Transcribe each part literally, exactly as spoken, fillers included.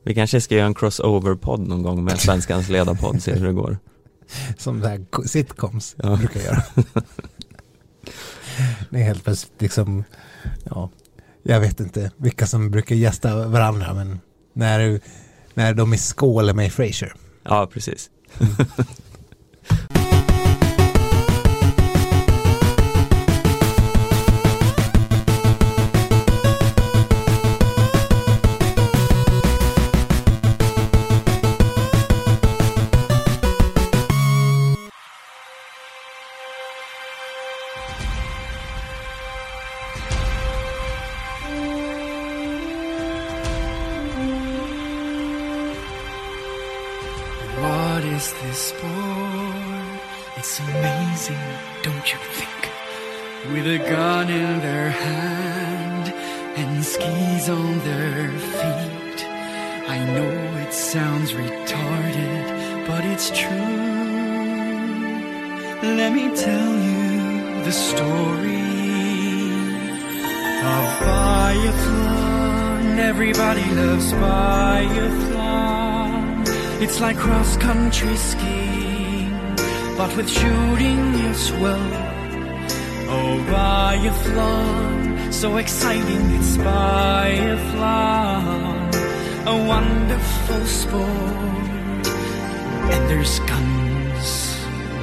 Vi kanske ska göra en crossover-podd någon gång med Svenskans ledarpodd, se hur det går. Som det här sitcoms ja. brukar göra. Det är helt plötsligt liksom, ja, jag vet inte vilka som brukar gästa varandra, men när, när de är skål med Frasier. Ja, precis. Mm. This sport, it's amazing, don't you think? With a gun in their hand and skis on their feet. I know it sounds retarded, but it's true. Let me tell you the story of biathlon. Everybody loves biathlon. It's like cross-country skiing, but with shooting as well. Oh, biathlon, so exciting, it's biathlon. A wonderful sport, and there's guns.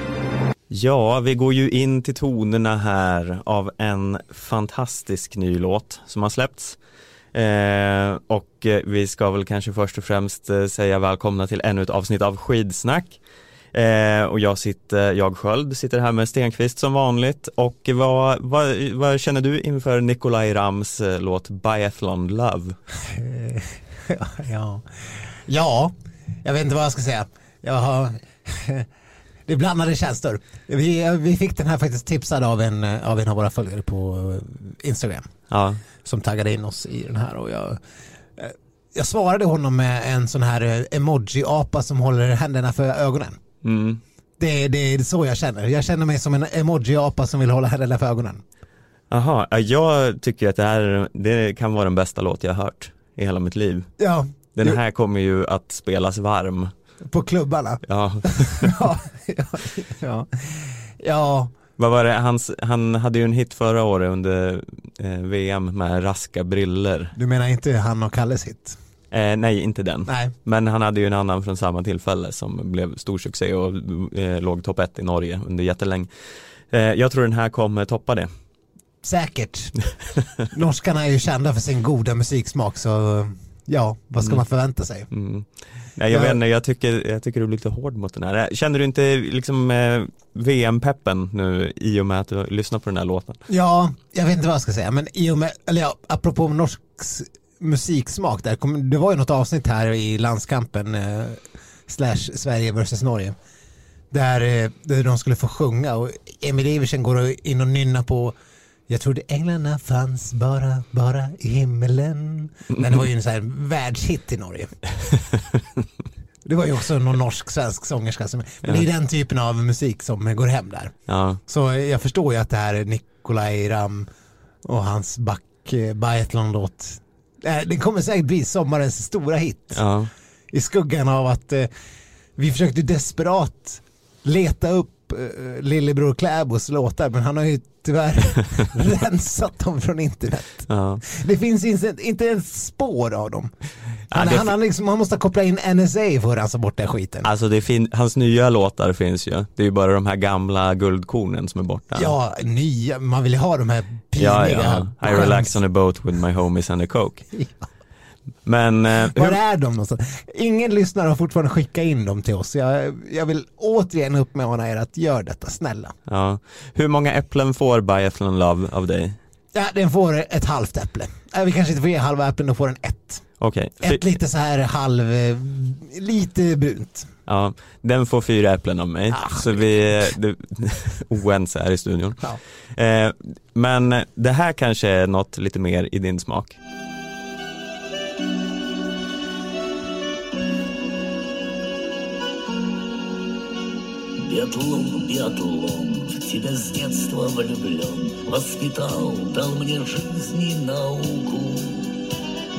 Ja, vi går ju in till tonerna här av en fantastisk ny låt som har släppts. Eh, och vi ska väl kanske först och främst eh, säga välkomna till ännu ett avsnitt av Skidsnack. Eh, och jag sitter, jag Sköld sitter här med Stenqvist som vanligt. Och vad, vad, vad känner du inför Nikolaj Rams eh, låt Biathlon Love? ja, ja, ja, jag vet inte vad jag ska säga. Jag har det blandade känslor. Vi, vi fick den här faktiskt tipsad av en av en av våra följare på Instagram. Ja. Som taggade in oss i den här, och jag jag svarade honom med en sån här emoji-apa som håller händerna för ögonen. Mm. Det, det är så jag känner. Jag känner mig som en emoji-apa som vill hålla händerna för ögonen. Jaha, jag tycker att det här det kan vara den bästa låt jag har hört i hela mitt liv. Ja. Den här kommer ju att spelas varm. På klubbarna. Ja. ja, ja, ja. Ja. Vad var det? Hans, han hade ju en hit förra året under eh, V M med Raska briller. Du menar inte han och Kalles hit? Eh, nej, inte den. Nej. Men han hade ju en annan från samma tillfälle som blev stor succé och eh, låg topp ett i Norge under jättelänge. Eh, jag tror den här kommer toppa det. Säkert. Norskarna är ju kända för sin goda musiksmak, så ja, vad ska mm. man förvänta sig? Mm. Nej, jag, jag vet inte, jag tycker, jag tycker du blir lite hård mot den här. Känner du inte liksom eh, V M-peppen nu i och med att du lyssnar på den här låten? Ja, jag vet inte vad jag ska säga, men i och med, eller ja, apropå norsk musiksmak där, kom, det var ju något avsnitt här i landskampen eh, slash Sverige versus Norge där, eh, där de skulle få sjunga, och Emil Iversen går in och nynna på Jag trodde änglarna fanns bara, bara i himmelen. Men det var ju en sån här världshit i Norge. Det var ju också någon norsk-svensk sångerska som, men det är den typen av musik som går hem där. Ja. Så jag förstår ju att det här är Nikolaj Ram och hans back Biathlon-låt. Det kommer säkert bli sommarens stora hit. Ja. I skuggan av att eh, vi försökte desperat leta upp eh, Lillebror Kläbos låtar, men han har ju tyvärr rensat dem från internet. Ja. Det finns inte, inte en spår av dem. Han, ja, det... han, han, liksom, han måste koppla in N S A för att rensa bort den skiten. Alltså det fin- hans nya låtar finns ju. Det är ju bara de här gamla guldkornen som är borta. Ja, nya. Man vill ju ha de här piniga. Ja, ja. I relax on a boat with my homies and a coke. Ja. Men eh, var hur... är de någonstans? Ingen lyssnare har fortfarande skickat in dem till oss. Jag, jag vill återigen uppmana er att göra detta, snälla. Ja. Hur många äpplen får Biathlon Love av dig? Ja, den får ett halvt äpple. Äh, vi kanske inte får ge halva äpplen, då får den ett. Okej. Okay. Ett lite så här halv, lite brunt. Ja, den får fyra äpplen av mig. Ah, så vi är oense här i studion. Ja. Eh, men det här kanske är något lite mer i din smak. Биатлон, биатлон, в тебя с детства влюблен, воспитал, дал мне жизнь и науку.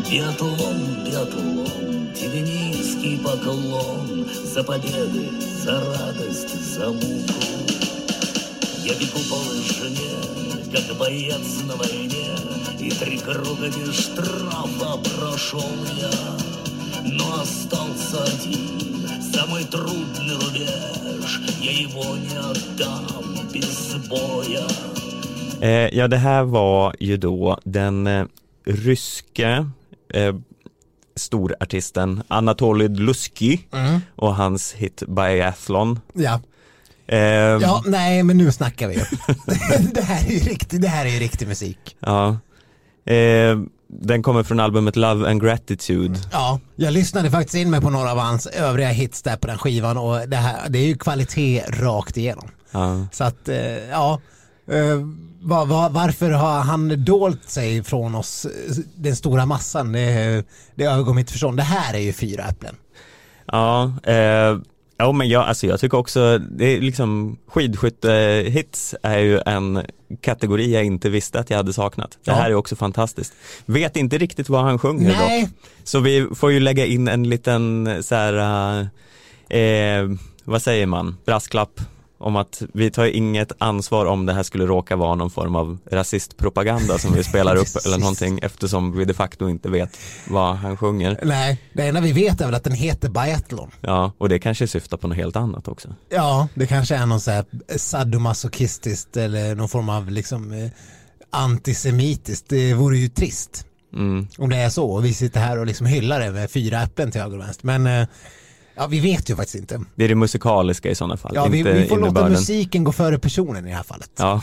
Биатлон, биатлон, тебе низкий поклон за победы, за радость, за муку. Я бегу по лыжне, как боец на войне, и три круга без штрафа прошел я. Но остался один, самый трудный рубеж, я его не отдам без боя. Eh, ja, det här var ju då den eh, ryske eh, storartisten Anatoly Lusky Mm. och hans hit Biathlon. Ja. Eh, Ja, nej, men nu snackar vi. det här är ju riktigt, det här är ju riktig musik. Ja. Eh, den kommer från albumet Love and Gratitude. Ja, jag lyssnade faktiskt in mig på några av hans övriga hits där på den skivan och det här, det är ju kvalitet rakt igenom. Ja. Så att, eh, ja, eh, var, var, varför har han dolt sig från oss, den stora massan, det, det övergår mitt förstånd. Det här är ju fyra äpplen. Ja, eh, ja men jag, alltså jag tycker också det är liksom skidskytte-hits är ju en kategori jag inte visste att jag hade saknat. Det Ja. här är också fantastiskt. Vet inte riktigt vad han sjunger Nej. dock. Så vi får ju lägga in en liten så här, eh, vad säger man, brasklapp om att vi tar inget ansvar om det här skulle råka vara någon form av rasistpropaganda som vi spelar upp eller någonting, eftersom vi de facto inte vet vad han sjunger. Nej, det enda vi vet är väl att den heter Biathlon. Ja, och det kanske syftar på något helt annat också. Ja, det kanske är någon så här sadomasochistiskt eller någon form av liksom eh, antisemitiskt. Det vore ju trist Mm. om det är så. Och vi sitter här och liksom hyllar det med fyra äpplen till höger och vänster. Men eh, ja, vi vet ju faktiskt inte. Det är det musikaliska i sådana fall, Ja, vi, inte vi får låta innebörden. musiken gå före personen i det här fallet. Ja.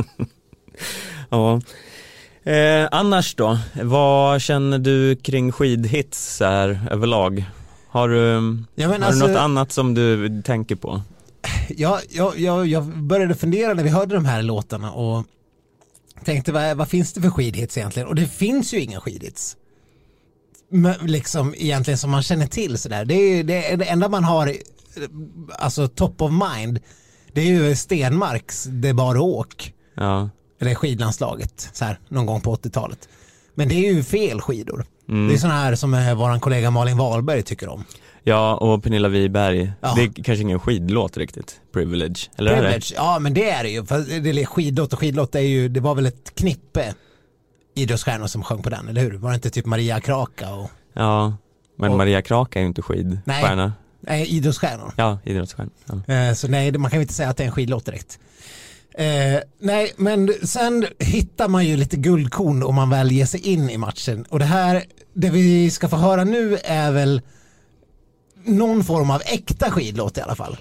Ja. Eh, annars då, vad känner du kring skidhits här överlag? Har du, Ja, men har alltså- du något annat som du tänker på? Jag, jag, jag, jag började fundera när vi hörde de här låtarna och tänkte vad, vad finns det för skidhits egentligen? Och det finns ju inga skidhits. Men liksom egentligen som man känner till sådär. Det är ju det, det enda man har, alltså top of mind, det är ju Stenmarks Det bara åk. Ja. Eller skidlandslaget så här, någon gång på åttiotalet. Men det är ju fel skidor. Mm. Det är sådana här som eh, våran kollega Malin Wahlberg tycker om. Ja, och Pernilla Wiberg. Ja. Det är kanske ingen skidlåt riktigt. Privilege. Eller är det? Privilege, ja men det är det ju. För det är skidlåt och skidlåt är ju, det var väl ett knippe idrottsstjärnor som sjöng på den, eller hur? Var det inte typ Maria Kraka och... Ja, men Och- Maria Kraka är ju inte skidstjärna. Nej, idrottsstjärnor. Ja, idrottsstjärna. Ja. Eh, så nej, det- man kan ju inte säga att det är en skidlåt direkt. Eh, nej, men sen hittar man ju lite guldkorn om man väl ger sig in i matchen. Och det här, det vi ska få höra nu är väl någon form av äkta skidlåt i alla fall.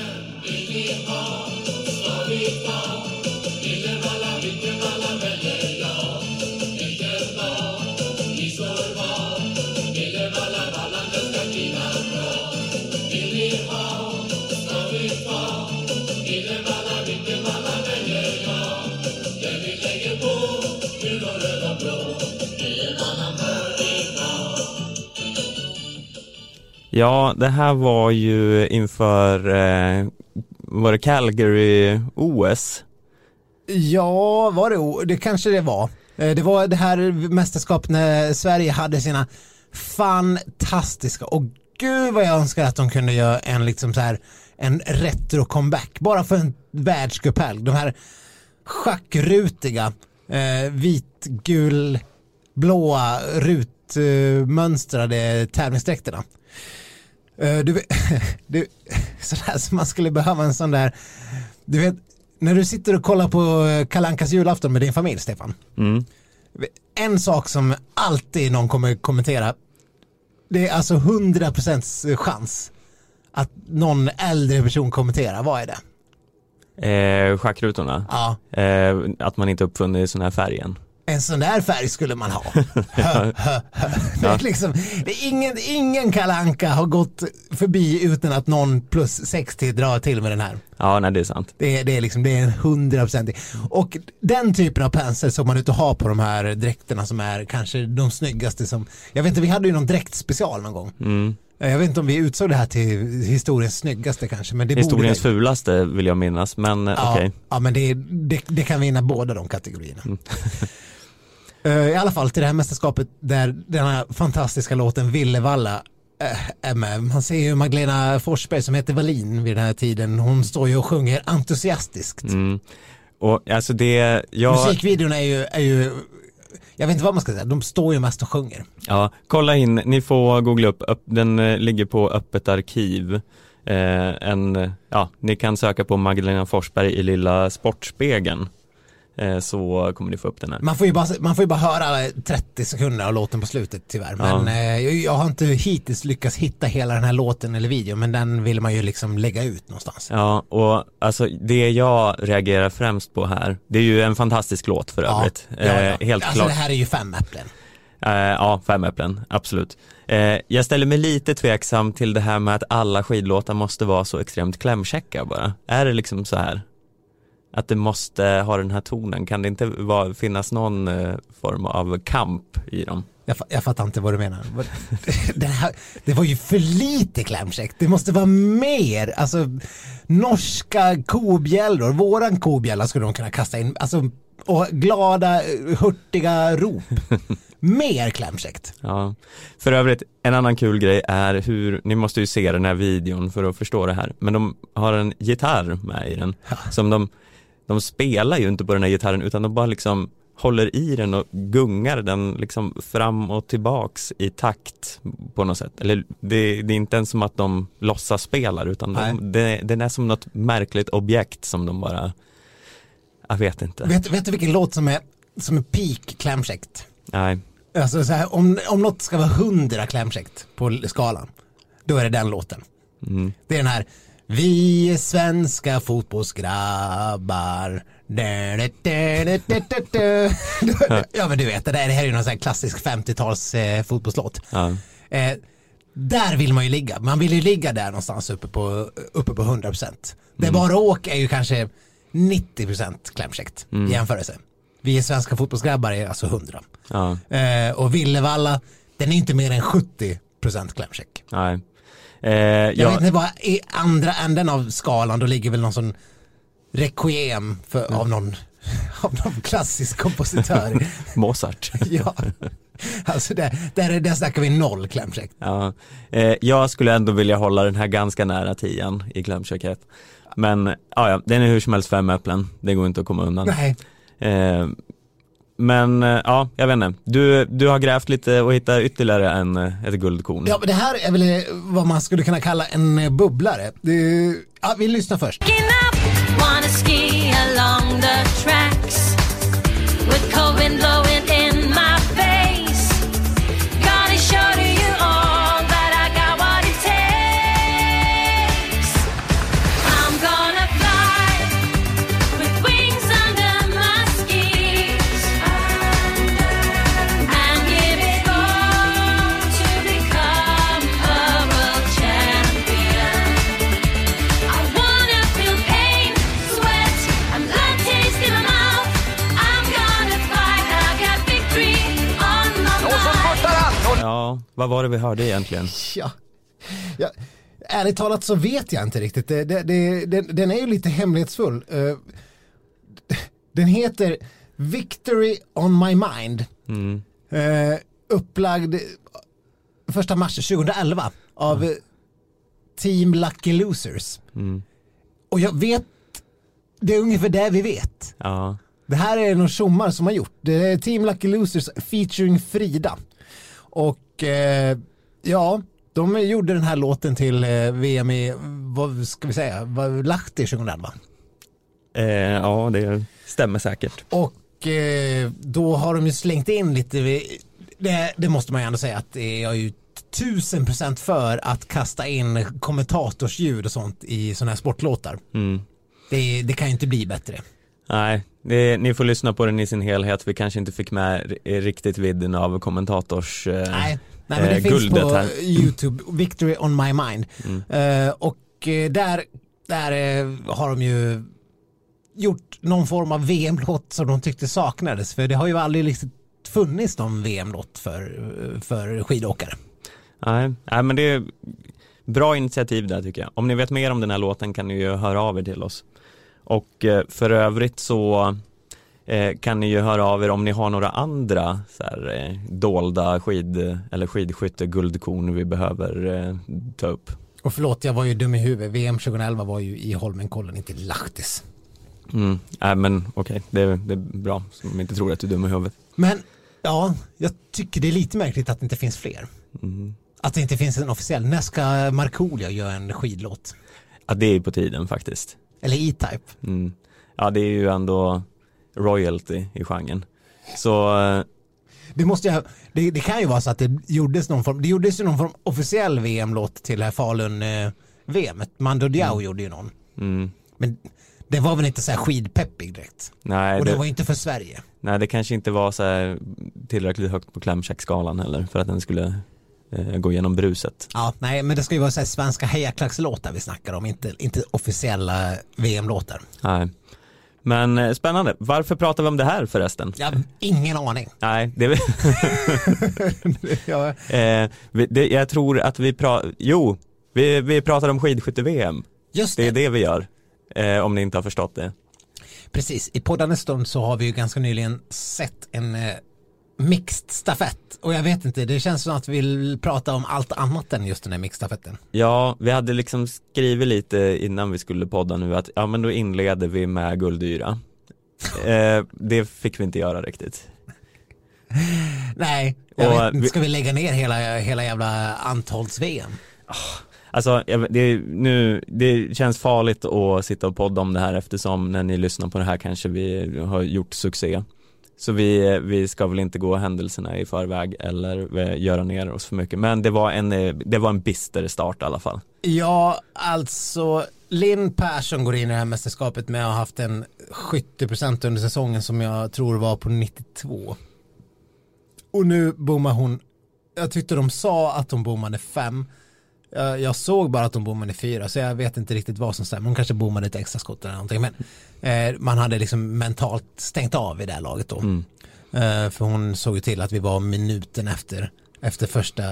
Ja, det här var ju inför eh, var det Calgary-O S? Ja, var det? o- Det kanske det var. Eh, Det var det här mästerskapet när Sverige hade sina fantastiska, och gud vad jag önskar att de kunde göra en liksom så här en retro-comeback bara för en världscuphelg. De här schackrutiga eh, vit, gul, blåa rutmönstrade tävlingsdräkterna. Eh, du vet, du, sådär som man skulle behöva en sån där, du vet, när du sitter och kollar på Kalle Ankas julafton med din familj, Stefan. Mm. En sak som alltid någon kommer kommentera, det är alltså hundra procent chans att någon äldre person kommenterar. Vad är det? Eh, schackrutorna. Ja, Eh, att man inte uppfunnit sån här färgen. en sån där färg skulle man ha. Hö, hö, hö. Det är liksom, det är ingen, ingen Kalle Anka har gått förbi utan att någon plus sextio drar till med den här. Ja, nej, det är sant. Det är, det är liksom, det är en hundraprocentig. Och den typen av pensel som man inte har på de här dräkterna som är kanske de snyggaste som, jag vet inte, vi hade ju någon dräktspecial någon gång. Mm. Jag vet inte om vi utsåg det här till historiens snyggaste kanske, men det Historiens borde... fulaste vill jag minnas, men eh, Ja, okej. ja, men det, det, det kan vinna båda de kategorierna. Uh, I alla fall till det här mästerskapet där den här fantastiska låten Villevalla uh, är med. Man ser ju Magdalena Forsberg som heter Wallin vid den här tiden. Hon står ju och sjunger entusiastiskt. Mm. Och alltså det... Jag... Musikvideorna är ju, är ju... Jag vet inte vad man ska säga. De står ju mest och sjunger. Ja, kolla in. Ni får googla upp. upp den eh, ligger på Öppet arkiv. Eh, en, ja, ni kan söka på Magdalena Forsberg i lilla Sportspegeln. Eh, så kommer ni få upp den här. Man får ju bara, man får ju bara höra alla trettio sekunder av låten på slutet tyvärr. Men Ja. eh, jag, jag har inte hittills lyckats hitta hela den här låten eller videon. Men den vill man ju liksom lägga ut någonstans. Ja, och alltså det jag reagerar främst på här, det är ju en fantastisk låt för övrigt. Ja, ja, ja. Eh, helt alltså klart. det här är ju fem äpplen. Eh, ja, fem äpplen, absolut. Eh, jag ställer mig lite tveksam till det här med att alla skidlåtar måste vara så extremt klämkäcka bara. Är det liksom så här? Att det måste ha den här tonen? Kan det inte vara, finnas någon eh, form av kamp i dem? Jag, jag fattar inte vad du menar. Det, här, det var ju för lite klämkäckt. Det måste vara mer. Alltså, norska kobjällor. Våran kobjälla skulle de kunna kasta in. Alltså, och glada, hurtiga rop. Mer klämkäckt. Ja, för övrigt, en annan kul grej är hur, ni måste ju se den här videon för att förstå det här, men de har en gitarr med i den, ja. som de, de spelar ju inte på den här gitarren utan de bara liksom håller i den och gungar den liksom fram och tillbaks i takt på något sätt. Eller det, det är inte ens som att de låtsas spelar utan de, det, den är som något märkligt objekt som de bara, jag vet inte. Vet, vet du vilken låt som är, som är peak klämkäckt? Nej. Alltså så här, om, om något ska vara hundra klämkäckt på skalan, då är det den låten. Mm. Det är den här vi är svenska fotbollsgrabbar. Da, da, da, da, da, da. Ja men du vet, det, där, det här är ju någon sån här klassisk femtio-tals eh, fotbollslåt. Ja. Eh, där vill man ju ligga. Man vill ju ligga där någonstans uppe på, uppe på hundra procent. Det mm. bara åk är ju kanske nittio procent klämkäckt mm. i jämförelse. Vi är svenska fotbollsgrabbar är alltså hundra. Ja. Eh, och Villevalla, den är inte mer än sjuttio procent klämkäck. Nej. Eh, jag ja. vet inte vad, i andra änden av skalan då ligger väl någon sån requiem för, mm. av, någon, av någon klassisk kompositör. Mozart. Ja, alltså där, där, där snackar vi noll klämkäck. Ja. Eh, jag skulle ändå vilja hålla den här ganska nära tian i klämkäckhet. Men ja, ja, den är hur som helst fem äpplen. Det går inte att komma undan. Nej. Eh, men ja, jag vet inte. Du, du har grävt lite och hittat ytterligare en, ett guldkorn. Ja, men det här är väl vad man skulle kunna kalla en bubblare. Det, ja, vi lyssnar först. Vad var det vi hörde egentligen? Ja, ja ärligt talat så vet jag inte riktigt. Det, det, det, den, den är ju lite hemlighetsfull. Uh, den heter Victory on my mind. Mm. Uh, upplagd första mars tjugoelva av mm. Team Lucky Losers. Mm. Och jag vet, det är ungefär det vi vet. Ja. Det här är någon tjommar som har gjort. Det är Team Lucky Losers featuring Frida. Och eh, ja, de gjorde den här låten till eh, V M i, vad ska vi säga, Lahti tjugoelva. Eh, ja, det stämmer säkert. Och eh, då har de ju slängt in lite, det, det måste man ju ändå säga att det är ju tusen procent för att kasta in kommentatorsljud och sånt i sådana här sportlåtar. Mm. Det, det kan ju inte bli bättre. Nej, det, ni får lyssna på den i sin helhet. Vi kanske inte fick med riktigt vidden av kommentators eh, Nej, nej men det eh, finns på här. YouTube, Victory on my mind. Mm. Uh, och där, där uh, har de ju gjort någon form av V M-låt som de tyckte saknades. För det har ju aldrig liksom funnits någon V M-låt för, för skidåkare. Nej, nej, men det är bra initiativ där tycker jag. Om ni vet mer om den här låten kan ni ju höra av er till oss. Och för övrigt så eh, kan ni ju höra av er om ni har några andra så här, eh, dolda skid eller skidskytte guldkorn vi behöver eh, ta upp. Och förlåt, jag var ju dum i huvudet. V M tjugoelva var ju i Holmenkollen, inte Lahtis. Mm. Äh, men okej, okay. det, det är bra så de inte tror att du är dum i huvudet. Men ja, jag tycker det är lite märkligt att det inte finns fler. Mm. Att det inte finns en officiell. När ska Markoolio göra en skidlåt? Ja, det är på tiden faktiskt. Eller E-Type. Mm. Ja, det är ju ändå royalty i genren. Så det måste jag, det, det kan ju vara så att det gjordes någon form, det gjordes ju någon form officiell V M-låt till det här Falun eh, V M. Mando Diao mm. gjorde ju någon. Mm. Men det var väl inte så här skidpeppig direkt. Nej, och det, det var inte för Sverige. Nej, det kanske inte var så här tillräckligt högt på klämkäckskalan heller för att den skulle eh, gå igenom bruset. Ja, nej, men det ska ju vara så här svenska hejaklackslåtar vi snackar om, inte, inte officiella V M-låtar. Nej. Men eh, spännande. Varför pratar vi om det här förresten? Ja, ingen aning. Nej, det är ja. eh, vi, det, jag tror att vi pratar Jo, vi, vi pratar om skidskytte-V M. Just det. Det är det vi gör. Eh, om ni inte har förstått det. Precis, i poddarna stund så har vi ju ganska nyligen sett en eh, mixed stafett. Och jag vet inte, det känns som att vi vill prata om allt annat än just den här mixed stafetten. Ja, vi hade liksom skrivit lite innan vi skulle podda nu att ja, men då inleder vi med guldyra. eh, det fick vi inte göra riktigt. Nej, jag och vet inte, vi... ska vi lägga ner hela, hela jävla Antholts-V M? Oh. Alltså det, nu, det känns farligt att sitta och podda om det här eftersom när ni lyssnar på det här kanske vi har gjort succé. Så vi, vi ska väl inte gå händelserna i förväg eller göra ner oss för mycket. Men det var en, det var en bister start i alla fall. Ja, alltså Linn Persson går in i det här mästerskapet med att ha haft en sjuttio procent under säsongen som jag tror var på nittiotvå. Och nu bommar hon, jag tyckte de sa att hon bommade fem. Jag, jag såg bara att de bommade fyra så jag vet inte riktigt vad som stämmer. Hon kanske bommade ett extra skott eller någonting. Men eh, man hade liksom mentalt stängt av i det här laget då. Mm. Eh, för hon såg ju till att vi var minuten efter, efter första.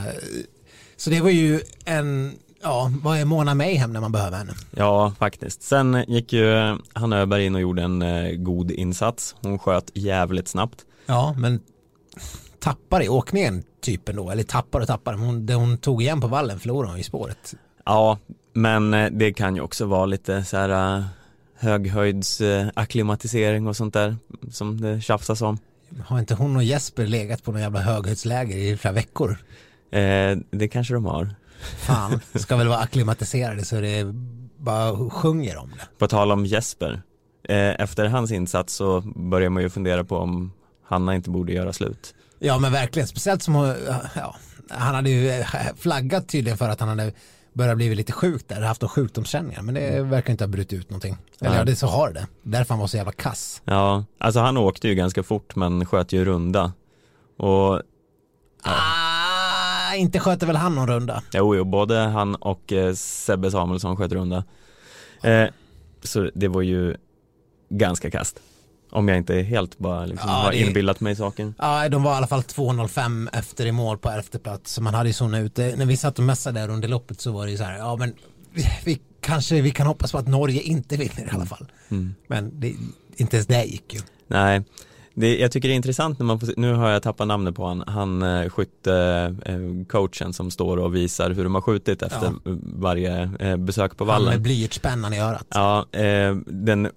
Så det var ju en, ja, vad är Mona Mayhem när man behöver henne? Ja, faktiskt. Sen gick ju Hanna Öberg in och gjorde en eh, god insats. Hon sköt jävligt snabbt. Ja, men tappar i åkningen typen då, eller tappar och tappar. Hon, det hon tog igen på vallen förlorade hon i spåret. Ja, men det kan ju också vara lite så här uh, höghöjds uh, akklimatisering och sånt där som det tjafsas om. Har inte hon och Jesper legat på någon jävla höghöjdsläger i flera veckor? Eh, det kanske de har. Fan, ska väl vara akklimatiserade så det bara sjunger om det. På tal om Jesper, eh, efter hans insats så börjar man ju fundera på om Hanna inte borde göra slut. Ja, men verkligen, speciellt som hon, ja, han hade ju flaggat tydligen för att han hade börjat bli lite sjuk där, haft någon sjukdomskänningar, men det verkar inte ha brutit ut någonting. Eller ja, det så har det. Därför han var så jävla kass. Ja, alltså han åkte ju ganska fort men sköt ju runda. Och ja. Ah, inte sköter väl han någon runda? Jo, jo, både han och eh, Sebbe Samuelsson sköt runda. Eh, så det var ju ganska kast. Om jag inte helt bara liksom ja, har det... inbillat mig saken. Ja, de var i alla fall två noll fem efter i mål på elfte plats. Så man hade ju såna ute. När vi satt och mässade där under loppet så var det ju så här, ja men vi kanske vi kan hoppas på att Norge inte vinner i alla fall. Mm. Men det, inte ens det gick ju. Nej, det, jag tycker det är intressant när man får se, nu har jag tappat namnet på han, han eh, skytte eh, coachen som står och visar hur de har skjutit efter ja. varje eh, besök på vallen. Han med blyertsspännan i örat. Ja, eh, den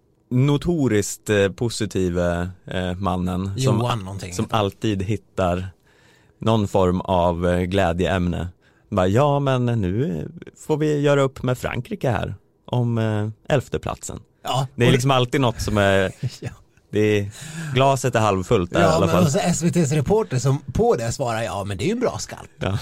notoriskt eh, positiva eh, mannen Johan, som, som alltid hittar någon form av eh, glädjeämne. Bara, ja, men nu får vi göra upp med Frankrike här om eh, elfte platsen. Ja, det är liksom det... alltid något som är ja. Det är, glaset är halvfullt där, ja, i alla fall. Ja, men S V T:s reporter som på det svarar, ja men det är ju en bra skalp. Ja.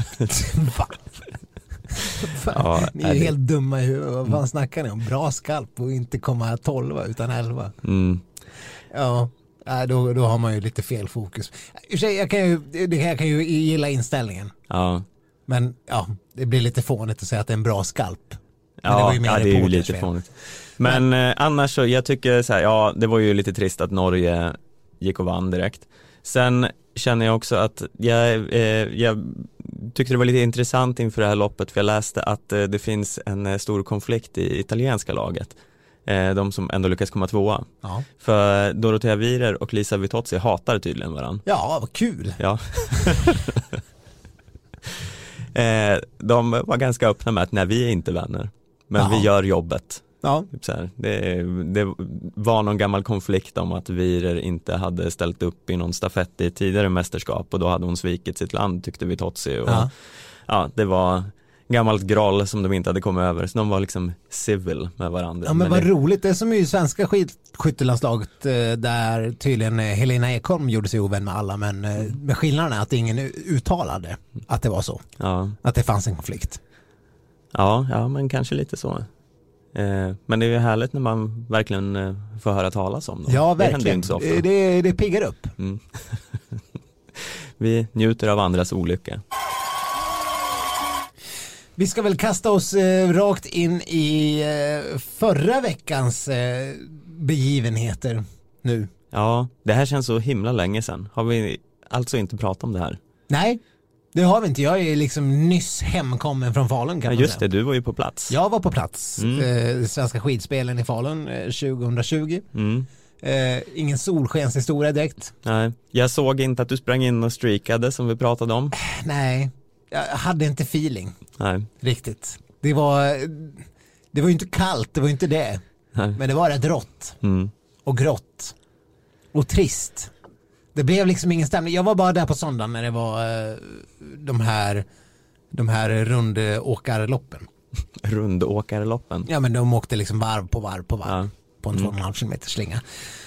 Ja, ni är ju det... helt dumma i huvudet. Vad fan snackar ni om? Bra skalp och inte komma tolva utan elva. Mm. Ja, då, då har man ju lite fel fokus. Jag kan ju, jag kan ju gilla inställningen. Ja. Men ja, det blir lite fånigt att säga att det är en bra skalp. Men ja, det var ju mer ja, det är ju lite fel. Fånigt. Men, Men eh, annars så, jag tycker så här, ja, det var ju lite trist att Norge gick och vann direkt. Sen känner jag också att jag, eh, jag tyckte det var lite intressant inför det här loppet, för jag läste att eh, det finns en eh, stor konflikt i italienska laget. Eh, de som ändå lyckas komma tvåa. Ja, För Dorothea Virer och Lisa Vitozzi hatar tydligen varandra. ja vad kul. Ja. eh, de var ganska öppna med att nej, vi är inte vänner. Men Jaha. vi gör jobbet. Ja, Typ så här. Det, det var någon gammal konflikt om att Virer inte hade ställt upp i någon stafett i tidigare mästerskap och då hade hon svikit sitt land, tyckte Vitozzi. Och, Ja. ja, det var gammalt groll som de inte hade kommit över, så de var liksom civil med varandra. ja men vad det, roligt. Det är som i svenska skidskyttelandslaget eh, där tydligen eh, Helena Ekholm gjorde sig ovän med alla, men eh, med skillnaden är att ingen uttalade att det var så. ja, Att det fanns en konflikt. ja, ja, men kanske lite så. Eh, men det är ju härligt när man verkligen eh, får höra talas om dem. Ja, Det händer ju verkligen. inte så ofta. Det, det, det piggar upp. Mm. Vi njuter av andras olycka. Vi ska väl kasta oss eh, rakt in i eh, förra veckans eh, begivenheter nu. Ja, det här känns så himla länge sedan. Har vi alltså inte pratat om det här? Nej, det har vi inte. Jag är liksom nyss hemkommen från Falun, kan Ja, man just säga. det, du var ju på plats. Jag var på plats. Mm. Eh, Svenska skidspelen i Falun eh, tjugohundratjugo. Mm. Eh, ingen solskenshistoria direkt. Nej, jag såg inte att du sprang in och streakade som vi pratade om. Nej, jag hade inte feeling Nej, riktigt. Det var, det var ju inte kallt, det var ju inte det. nej. Men det var rätt rått Mm. och grått och trist. Det blev liksom ingen stämning. Jag var bara där på söndagen när det var eh, de här de här rundåkarloppen. Rundåkarloppen. Ja, men de åkte liksom varv på varv på varv. Ja. På en Mm. två och en halv kilometer slinga.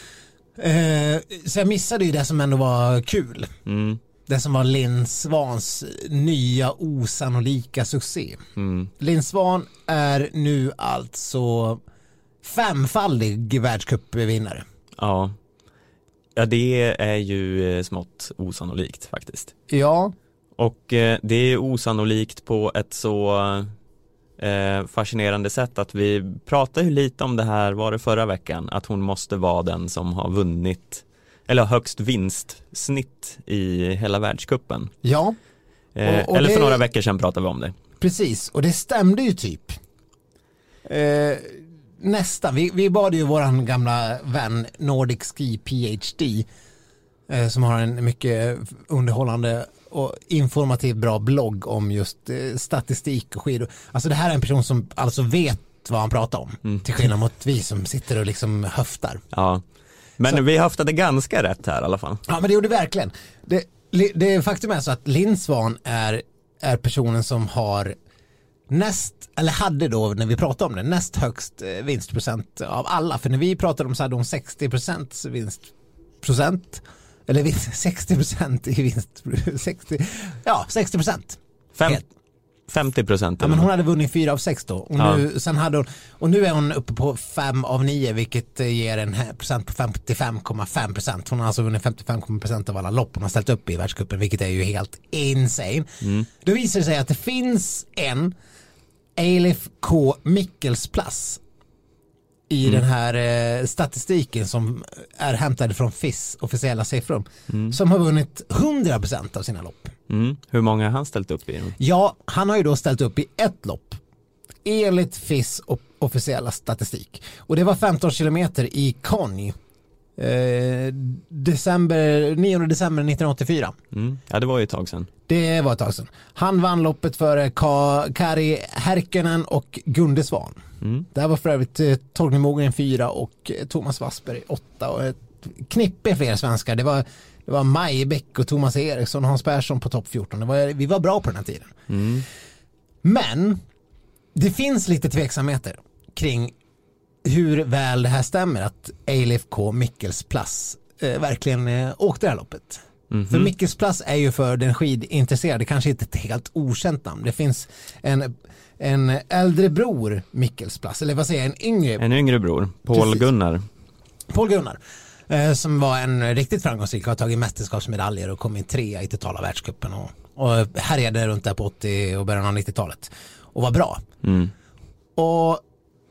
Eh, så jag missade ju det som ändå var kul. Mm. Det som var Linn Swans nya osannolika succé. Mm. Linn Swan är nu alltså femfaldig världscupvinnare. Ja. Ja, det är ju eh, smått osannolikt faktiskt. Ja, Och eh, det är osannolikt på ett så eh, fascinerande sätt att vi pratade ju lite om det här, var det förra veckan, att hon måste vara den som har vunnit eller högst vinstsnitt i hela världscupen. ja, Eh, Och- och eller för det- några veckor sedan pratade vi om det. precis. Och det stämde ju typ. Eh, nästan. Vi, vi bad ju våran gamla vän Nordic Ski P H D eh, som har en mycket underhållande och informativ bra blogg om just eh, statistik och skidor. Alltså det här är en person som alltså vet vad han pratar om. Mm. Till skillnad mot vi som sitter och liksom höftar. Ja. Men Så- vi höftade ganska rätt här i alla fall. Ja, men det gjorde verkligen. Det, det faktum är så att Linn Swan är, är personen som har näst, eller hade då när vi pratade om det, näst högst eh, vinstprocent av alla. För när vi pratade om så hade hon sextio procent vinstprocent. Eller vinst, sextio procent i vinst. sextio, ja, sextio procent. Fem, Helt. femtio procent. Ja, men hon hade vunnit fyra av sex då. Och, Ja. nu, sen hade hon, och nu är hon uppe på fem av nio, vilket eh, ger en he- procent på femtiofem komma fem procent. Hon har alltså vunnit femtiofem komma fem procent av alla lopp hon har ställt upp i världscupen, vilket är ju helt insane. Mm. Då visar det sig att det finns en Eilif K. Mikkelsplass i Mm. den här eh, statistiken som är hämtad från F I S officiella siffror, Mm. som har vunnit hundra procent av sina lopp. Mm. Hur många har han ställt upp i? Ja, han har ju då ställt upp i ett lopp enligt F I S och officiella statistik. Och det var femton kilometer i Conny. Eh, december, nionde december nittonhundraåttiofyra. Mm. Ja, det var ju ett tag sedan. Det var ett tag sedan. Han vann loppet före Ka- Kari Härkönen och Gunde Svan. Mm. Där var för övrigt eh, Torgny Mogren fyra och eh, Thomas Wassberg åtta och ett knippe fler svenskar. Det var, det var Maj Bäck och Thomas Eriksson och Hans Persson på topp fjorton. Det var, vi var bra på den här tiden. Mm. Men det finns lite tveksamheter kring hur väl det här stämmer att Eilif K. Mikkelsplass eh, verkligen eh, åkte det här loppet. Mhm. För Mikkelsplass är ju för den skidintresserade kanske inte ett helt okänt namn. Det finns en, en äldre bror Mikkelsplass, eller vad säger jag, en yngre, En yngre bror, Paul Precis. Gunnar. Paul Gunnar, eh, som var en riktigt framgångsrik, har tagit mästerskapsmedaljer och kom in trea i totala världscupen och, och härjade runt där på åttio och början av nittiotalet och var bra. Mm. Och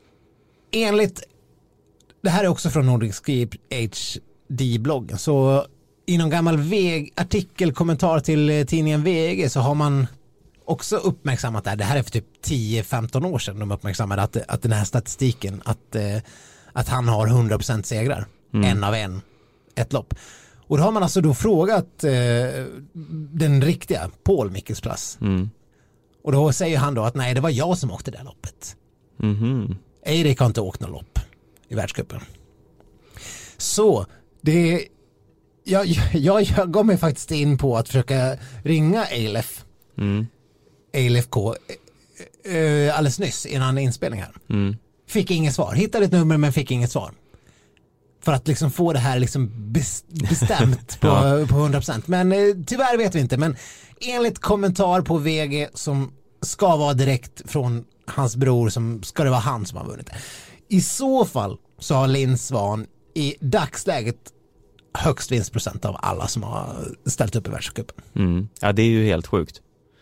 enligt, det här är också från Nordic Ski H D-bloggen, så i någon gammal väg, artikel, kommentar till eh, tidningen V G så har man också uppmärksammat det här. Det här är för typ tio femton år sedan de uppmärksammade att, att den här statistiken, att, eh, att han har hundra procent segrar. Mm. En av en. Ett lopp. Och då har man alltså då frågat eh, den riktiga Paul Mikkelsplass. Mm. Och då säger han då att nej, det var jag som åkte det loppet. Mhm. Eirik har inte åkt något lopp i världscupen. Så det jag, jag, jag gav mig faktiskt in på att försöka ringa Eilif. Mm. Eilif K äh, alldeles nyss innan inspelning här. Mm. Fick inget svar. Hittade ett nummer men fick inget svar. För att liksom få det här liksom bestämt på, Ja. på hundra procent. Men eh, tyvärr vet vi inte. Men enligt kommentar på V G som ska vara direkt från hans bror, som ska det vara han som har vunnit. I så fall så har Linn Svan i dagsläget högst vinstprocent av alla som har ställt upp i världscupen. Mm. Ja, det är ju helt sjukt.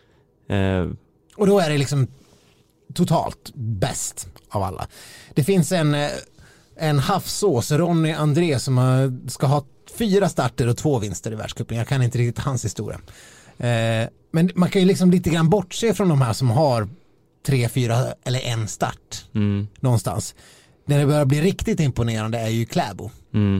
Eh, Och då är det liksom totalt bäst av alla. Det finns en, en havsås, Ronny André, som har, ska ha fyra starter och två vinster i världscupen. Jag kan inte riktigt hans historia. Eh, men man kan ju liksom lite grann bortse från de här som har tre, fyra eller en start mm. någonstans. När det börjar bli riktigt imponerande är ju Kläbo. Mm.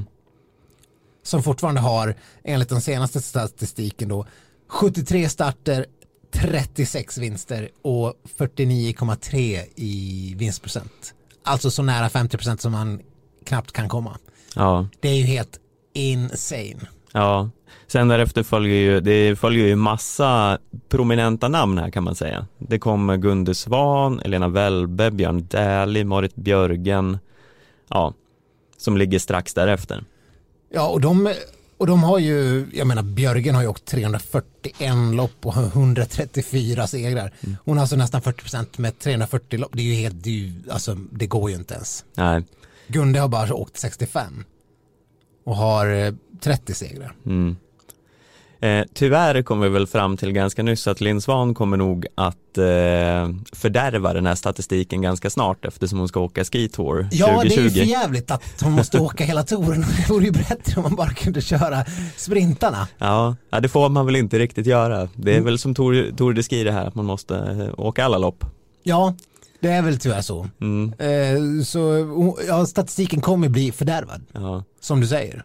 Som fortfarande har, enligt den senaste statistiken då, sjuttiotre starter, trettiosex vinster och fyrtionio komma tre i vinstprocent. Alltså så nära femtio procent som man knappt kan komma. Ja. Det är ju helt insane. Ja. Sen därefter följer ju, det följer ju massa prominenta namn här kan man säga. Det kommer Gunde Svan, Elena Välbe, Björn Dählie, Marit Björgen. Ja, som ligger strax därefter. Ja, och de, och de har ju, jag menar Björgen har ju åkt trehundrafyrtioett lopp och hundratrettiofyra segrar. Mm. Hon har alltså nästan fyrtio procent med trehundrafyrtio lopp. Det är ju helt, det, är ju, alltså, det går ju inte ens. Nej. Gunde har bara åkt sextiofem och har eh, trettio segrar. Mm. Eh, tyvärr kom vi väl fram till ganska nyss att Linn Svan kommer nog att eh, fördärva den här statistiken ganska snart, eftersom hon ska åka Ski Tour Ja, tjugo tjugo. det är ju för jävligt att hon måste åka hela touren. Det vore ju bättre om man bara kunde köra sprintarna. Ja, ja, det får man väl inte riktigt göra. Det är mm. väl som Tour, Tour de Ski det här, att man måste eh, åka alla lopp. Ja, det är väl tyvärr så. Mm. Eh, så ja, statistiken kommer bli fördärvad, Ja. som du säger.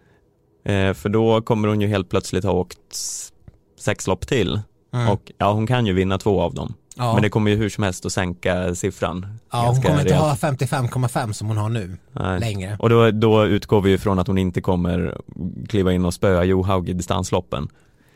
Eh, för då kommer hon ju helt plötsligt ha åkt sex lopp till. Mm. Och ja, hon kan ju vinna två av dem. Ja. Men det kommer ju hur som helst att sänka siffran. Ja, hon kommer inte ha femtiofem komma fem som hon har nu. Nej. Längre. Och då, då utgår vi ju från att hon inte kommer kliva in och spöa Johaug i distansloppen.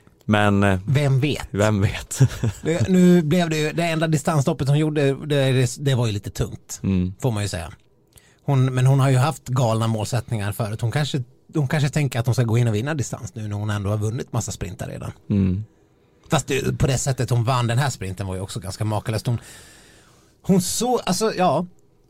Men vem vet? Vem vet? det, nu blev det ju, det enda distansloppet hon gjorde, det, det var ju lite tungt. Mm. Får man ju säga. Hon, men hon har ju haft galna målsättningar förut. Hon kanske, hon kanske tänker att hon ska gå in och vinna distans nu när hon ändå har vunnit massa sprintar redan. Mm. Fast det, på det sättet hon vann den här sprinten var ju också ganska makalöst. Hon, hon så, alltså ja,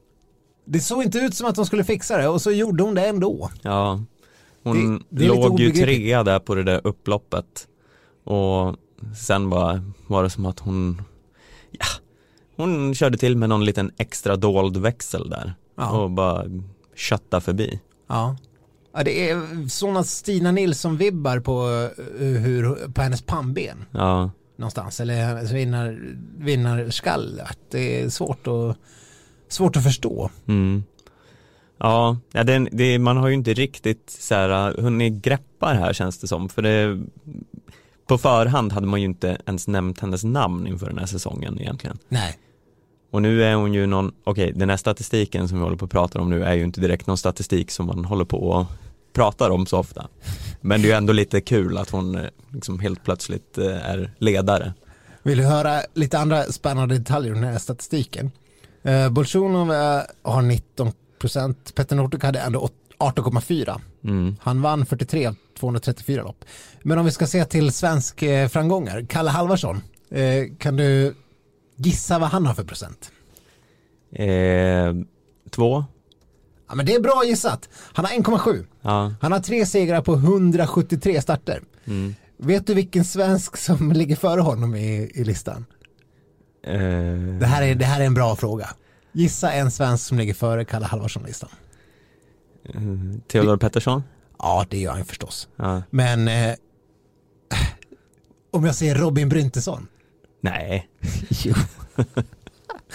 det såg inte ut som att hon skulle fixa det och så gjorde hon det ändå. Ja, hon det, det låg ju trea där på det där upploppet och sen var, var det som att hon, ja, hon körde till med någon liten extra dold växel där. Ja. Och bara kötta förbi. Ja. Ja, det är sådana Stina Nilsson-vibbar på, hur, på hennes pannben. Ja. Någonstans. Eller vinnar, vinnarskall. Att det är svårt att, svårt att förstå. Mm. Ja, ja det, det, man har ju inte riktigt så här, hunnit greppa det här känns det som. För det, på förhand hade man ju inte ens nämnt hennes namn inför den här säsongen egentligen. Nej. Och nu är hon ju någon, okej, okay, den här statistiken som vi håller på att prata om nu är ju inte direkt någon statistik som man håller på och pratar om så ofta. Men det är ju ändå lite kul att hon liksom helt plötsligt är ledare. Vill du höra lite andra spännande detaljer om den här statistiken? Uh, Bolsjunov har nitton procent, Petter Northug hade ändå arton komma fyra. Mm. Han vann fyrtiotre av tvåhundratrettiofyra lopp. Men om vi ska se till svensk eh, framgångar, Kalle Halvarsson, eh, kan du gissa vad han har för procent? Eh, två. Ja, men det är bra gissat. Han har en komma sju. Ja. Han har tre segrar på hundrasjuttiotre starter. Mm. Vet du vilken svensk som ligger före honom i, i listan? Eh. Det, här är, det här är en bra fråga. Gissa en svensk som ligger före Kalle Halvarsson-listan. Eh, Theodor det, Pettersson? Ja, det gör han förstås. Ja. Men eh, om jag säger Robin Bryntesson? Nej. Jo.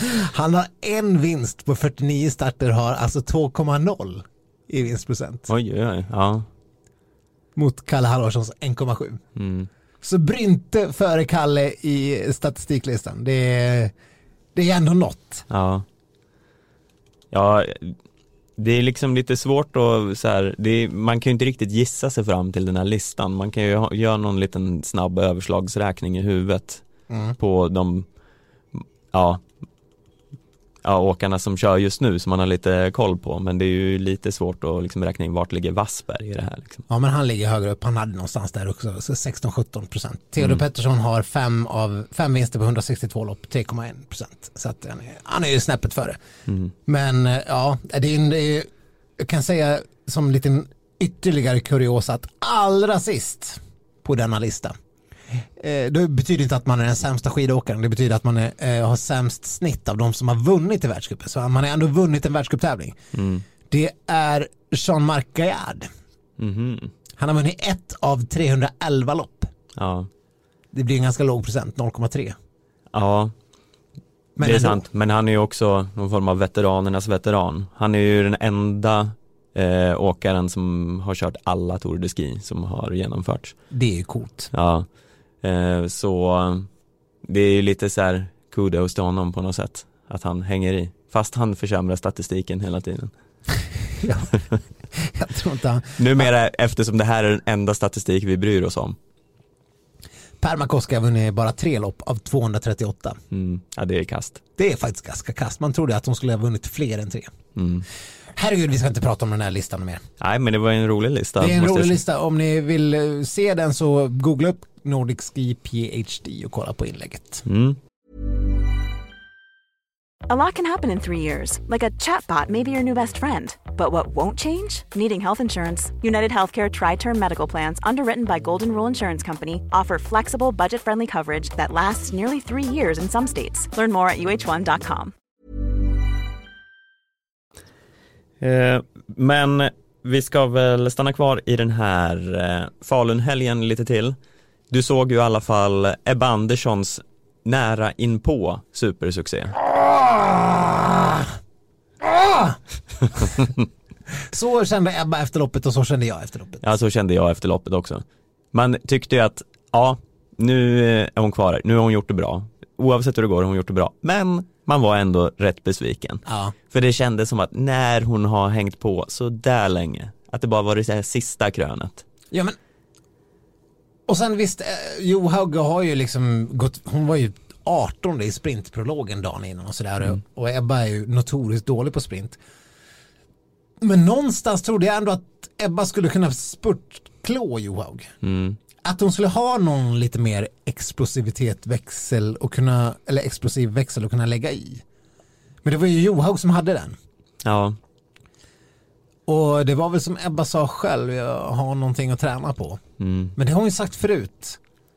Han har en vinst på fyrtionio starter, har alltså två komma noll i vinstprocent. Oj, oj, oj. Ja. Mot Kalle Halvarssons en komma sju. Mm. Så Brynte före Kalle i statistiklistan. Det är, det är ändå något. Ja. Ja, det är liksom lite svårt att så här, det är, man kan ju inte riktigt gissa sig fram till den här listan. Man kan ju ha, göra någon liten snabb överslagsräkning i huvudet mm. på de ja, ja, åkarna som kör just nu som man har lite koll på. Men det är ju lite svårt att liksom räkna in vart ligger Wassberg i det här. Liksom. Ja, men han ligger högre upp. Han hade någonstans där också, så sexton sjutton procent. Theodor mm. Pettersson har fem, av, fem vinster på hundrasextiotvå lopp, tre komma en procent. Så att han, är, han är ju snäppet före. Mm. Men ja, det är, det är, jag kan säga som en liten ytterligare kuriosa att allra sist på denna lista, det betyder inte att man är den sämsta skidåkaren. Det betyder att man är, har sämst snitt av de som har vunnit i världscupen. Så man har ändå vunnit en världscuptävling. Mm. Det är Jean-Marc Gaillard. Mm-hmm. Han har vunnit ett av trehundraelva lopp. Ja. Det blir en ganska låg procent, noll komma tre. Ja, men det är ändå sant. Men han är ju också någon form av veteranernas veteran. Han är ju den enda eh, åkaren som har kört alla Tour de Ski som har genomförts. Det är ju coolt. Ja. Så det är ju lite så här kudos till honom på något sätt att han hänger i, fast han försämrar statistiken hela tiden. Ja, jag tror inte han... Numera, eftersom det här är den enda statistik vi bryr oss om. Per Makoska har vunnit bara tre lopp av tvåhundratrettioåtta. Mm. Ja, det är kast. Det är faktiskt ganska kast. Man trodde att de skulle ha vunnit fler än tre. Mm. Herregud, vi ska inte prata om den här listan mer. Nej, men det var en rolig lista. Det är en rolig lista. Om ni vill se den så googla upp Nordic Ski P H D och kolla på inlägget. Mm. A lot can happen in three years, like a chatbot may be your new best friend. But what won't change? Needing health insurance. United Healthcare Tri-Term Medical Plans, underwritten by Golden Rule Insurance Company, offer flexible, budget-friendly coverage that lasts nearly three years in some states. Learn more at U H one dot com. Eh, men vi ska väl stanna kvar i den här eh, Falunhelgen lite till. Du såg ju i alla fall Ebba Anderssons nära inpå supersuccé. Ah! Ah! Så kände Ebba efter loppet och så kände jag efter loppet. Ja, så kände jag efter loppet också. Man tyckte ju att ja, nu är hon kvar. Nu har hon gjort det bra. Oavsett hur det går har hon gjort det bra. Men man var ändå rätt besviken. Ja. För det kändes som att när hon har hängt på så där länge, att det bara var det här sista krönet. Ja, men och sen visst, eh, Johaug har ju liksom gått, hon var ju artonde i sprintprologen dagen innan och sådär. Mm. Och Ebba är ju notoriskt dålig på sprint. Men någonstans trodde jag ändå att Ebba skulle kunna spurtklå Johaug. Mm. Att hon skulle ha någon lite mer explosivitet växel och kunna, eller explosiv växel och kunna lägga i. Men det var ju Johaug som hade den. Ja. Och det var väl som Ebba sa själv, jag har någonting att träna på. Mm. Men det har hon ju sagt förut.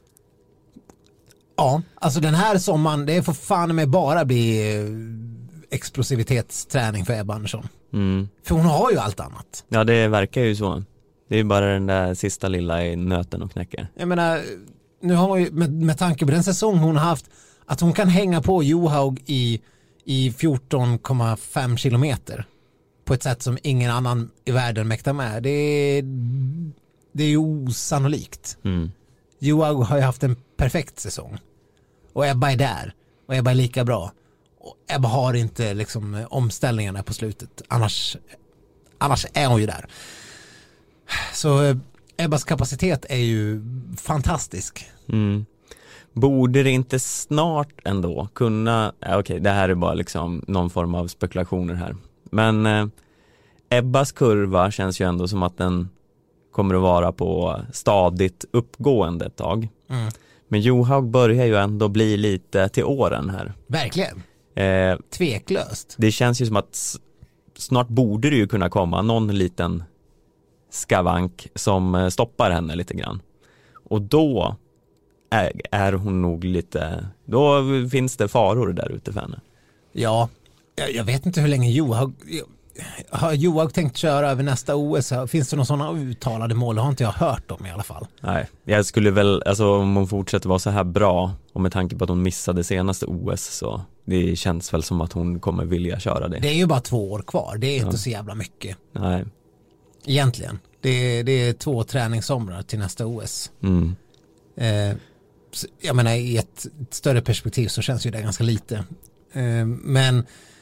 Ja, alltså den här sommaren, det får fan med bara bli explosivitetsträning för Ebba Andersson. Mm. För hon har ju allt annat. Ja, det verkar ju så. Det är bara den där sista lilla i nöten och knäcker. Jag menar, nu har hon ju, med, med tanke på den säsong hon har haft, att hon kan hänga på Johaug i, i fjorton komma fem kilometer på ett sätt som ingen annan i världen mäktar med. Det är, det är ju osannolikt. Mm. Johaug har ju haft en perfekt säsong. Och Ebba är där. Och Ebba är lika bra. Och Ebba har inte liksom omställningarna på slutet. Annars, annars är hon ju där. Så Ebbas kapacitet är ju fantastisk. Mm. Borde det inte snart ändå kunna, okej, okay, det här är bara liksom någon form av spekulationer här. Men eh, Ebbas kurva känns ju ändå som att den kommer att vara på stadigt uppgående ett tag. Mm. Men Johaug börjar ju ändå bli lite till åren här. Verkligen. Eh, Tveklöst. Det känns ju som att snart borde det ju kunna komma någon liten skavank som stoppar henne lite grann. Och då är, är hon nog lite, då finns det faror där ute för henne. Ja, jag, jag vet inte hur länge Johaug, har Johaug tänkt köra över nästa O S? Finns det några sådana uttalade mål? Det har inte jag hört om i alla fall. Nej, jag skulle väl, alltså om hon fortsätter vara så här bra och med tanke på att hon missade senaste O S så det känns väl som att hon kommer vilja köra det. Det är ju bara två år kvar, det är ja. inte så jävla mycket. Nej. Egentligen. Det är, det är två träningssomrar till nästa O S. Mm. Eh, jag menar i ett, ett större perspektiv så känns ju det ganska lite. Eh, men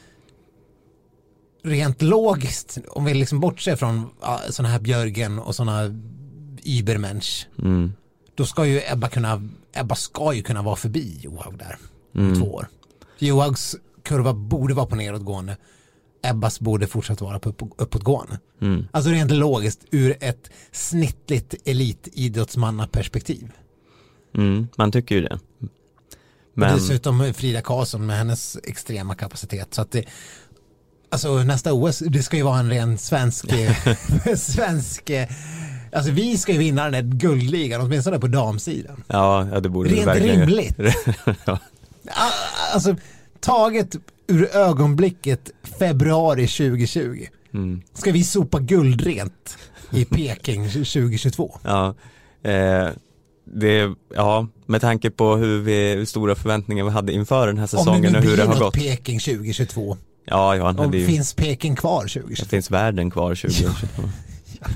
rent logiskt, om vi liksom bortser från ja, sådana här Björgen och sådana Übermensch, mm. då ska ju Ebba kunna, Ebba ska ju kunna vara förbi Johaug där om Mm. två år. Johaugs kurva borde vara på nedåtgående. Ebbas borde fortsätta vara på upp, uppåtgående. Mm. Alltså rent logiskt ur ett snittligt elitidrottsmannaperspektiv. Mm. Man tycker ju det. Men... Och dessutom Frida Karlsson med hennes extrema kapacitet. Så att det, alltså nästa O S, det ska ju vara en ren svensk svensk, alltså vi ska ju vinna den där guldligan åtminstone på damsidan. Ja, ja det borde rent verkligen rimligt. ja. Alltså taget ur ögonblicket februari tjugo tjugo Mm. ska vi sopa guldrent i Peking tjugo tjugotvå. Ja, eh, det, ja, med tanke på hur, vi, hur stora förväntningar vi hade inför den här säsongen och hur det har gått. Peking tjugo tjugotvå. Ja, ja. Och det ju, finns Peking kvar tjugo tjugotvå? Det finns världen kvar tjugo tjugotvå. Ja.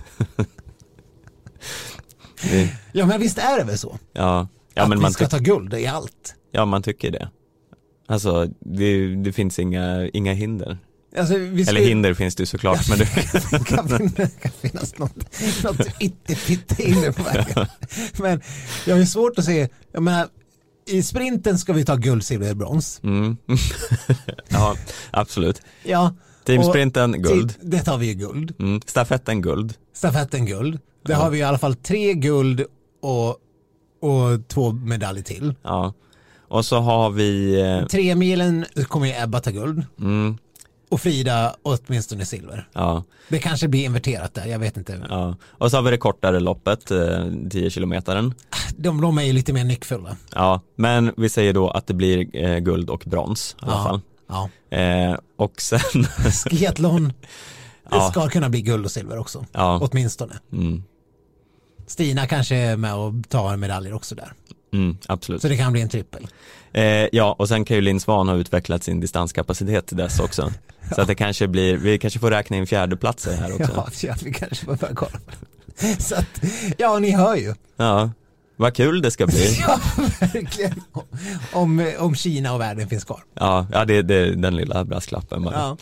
det, ja, men visst är det väl så? ja, ja att men vi man ska ty- ta guld i allt. Ja, man tycker det. Alltså, det, det finns inga, inga hinder. Alltså, vi ska... Eller hinder finns det ju såklart. Men det kan, finnas, kan finnas något, något ytterfitt-hinder på vägen. Men jag har ju svårt att se, jag menar, i sprinten ska vi ta guld, silver, brons. Mm. Ja, absolut. Ja. Teamsprinten, guld. Det tar vi ju guld. Mm. Stafetten, guld. Stafetten, guld. Det ja. har vi i alla fall tre guld och, och två medaljer till. Ja. Och så har vi... Eh... Tre milen kommer ju Ebba ta guld. Mm. Och Frida åtminstone silver. Ja. Det kanske blir inverterat där, jag vet inte. Ja. Och så har vi det kortare loppet, eh, tio kilometeren. De, de är ju lite mer nyckfulla. Ja, men vi säger då att det blir eh, guld och brons i alla ja. fall. Ja. Eh, och sen... Skiathlon, det ja. ska kunna bli guld och silver också. Ja. Åtminstone. Mm. Stina kanske är med och tar medaljer också där. Mm, absolut. Så det kan bli en trippel. Eh, ja, och sen kan ju Linn Svan ha utvecklat sin distanskapacitet till dess också. ja. Så att det kanske blir, vi kanske får räkna in fjärdeplatser här också. Ja, vi kanske får börja kolla. Så att, ja, ni hör ju. Ja, vad kul det ska bli. Ja, verkligen. Om, om Kina och världen finns kvar. Ja, ja det är det, den lilla brasklappen bara. Ja.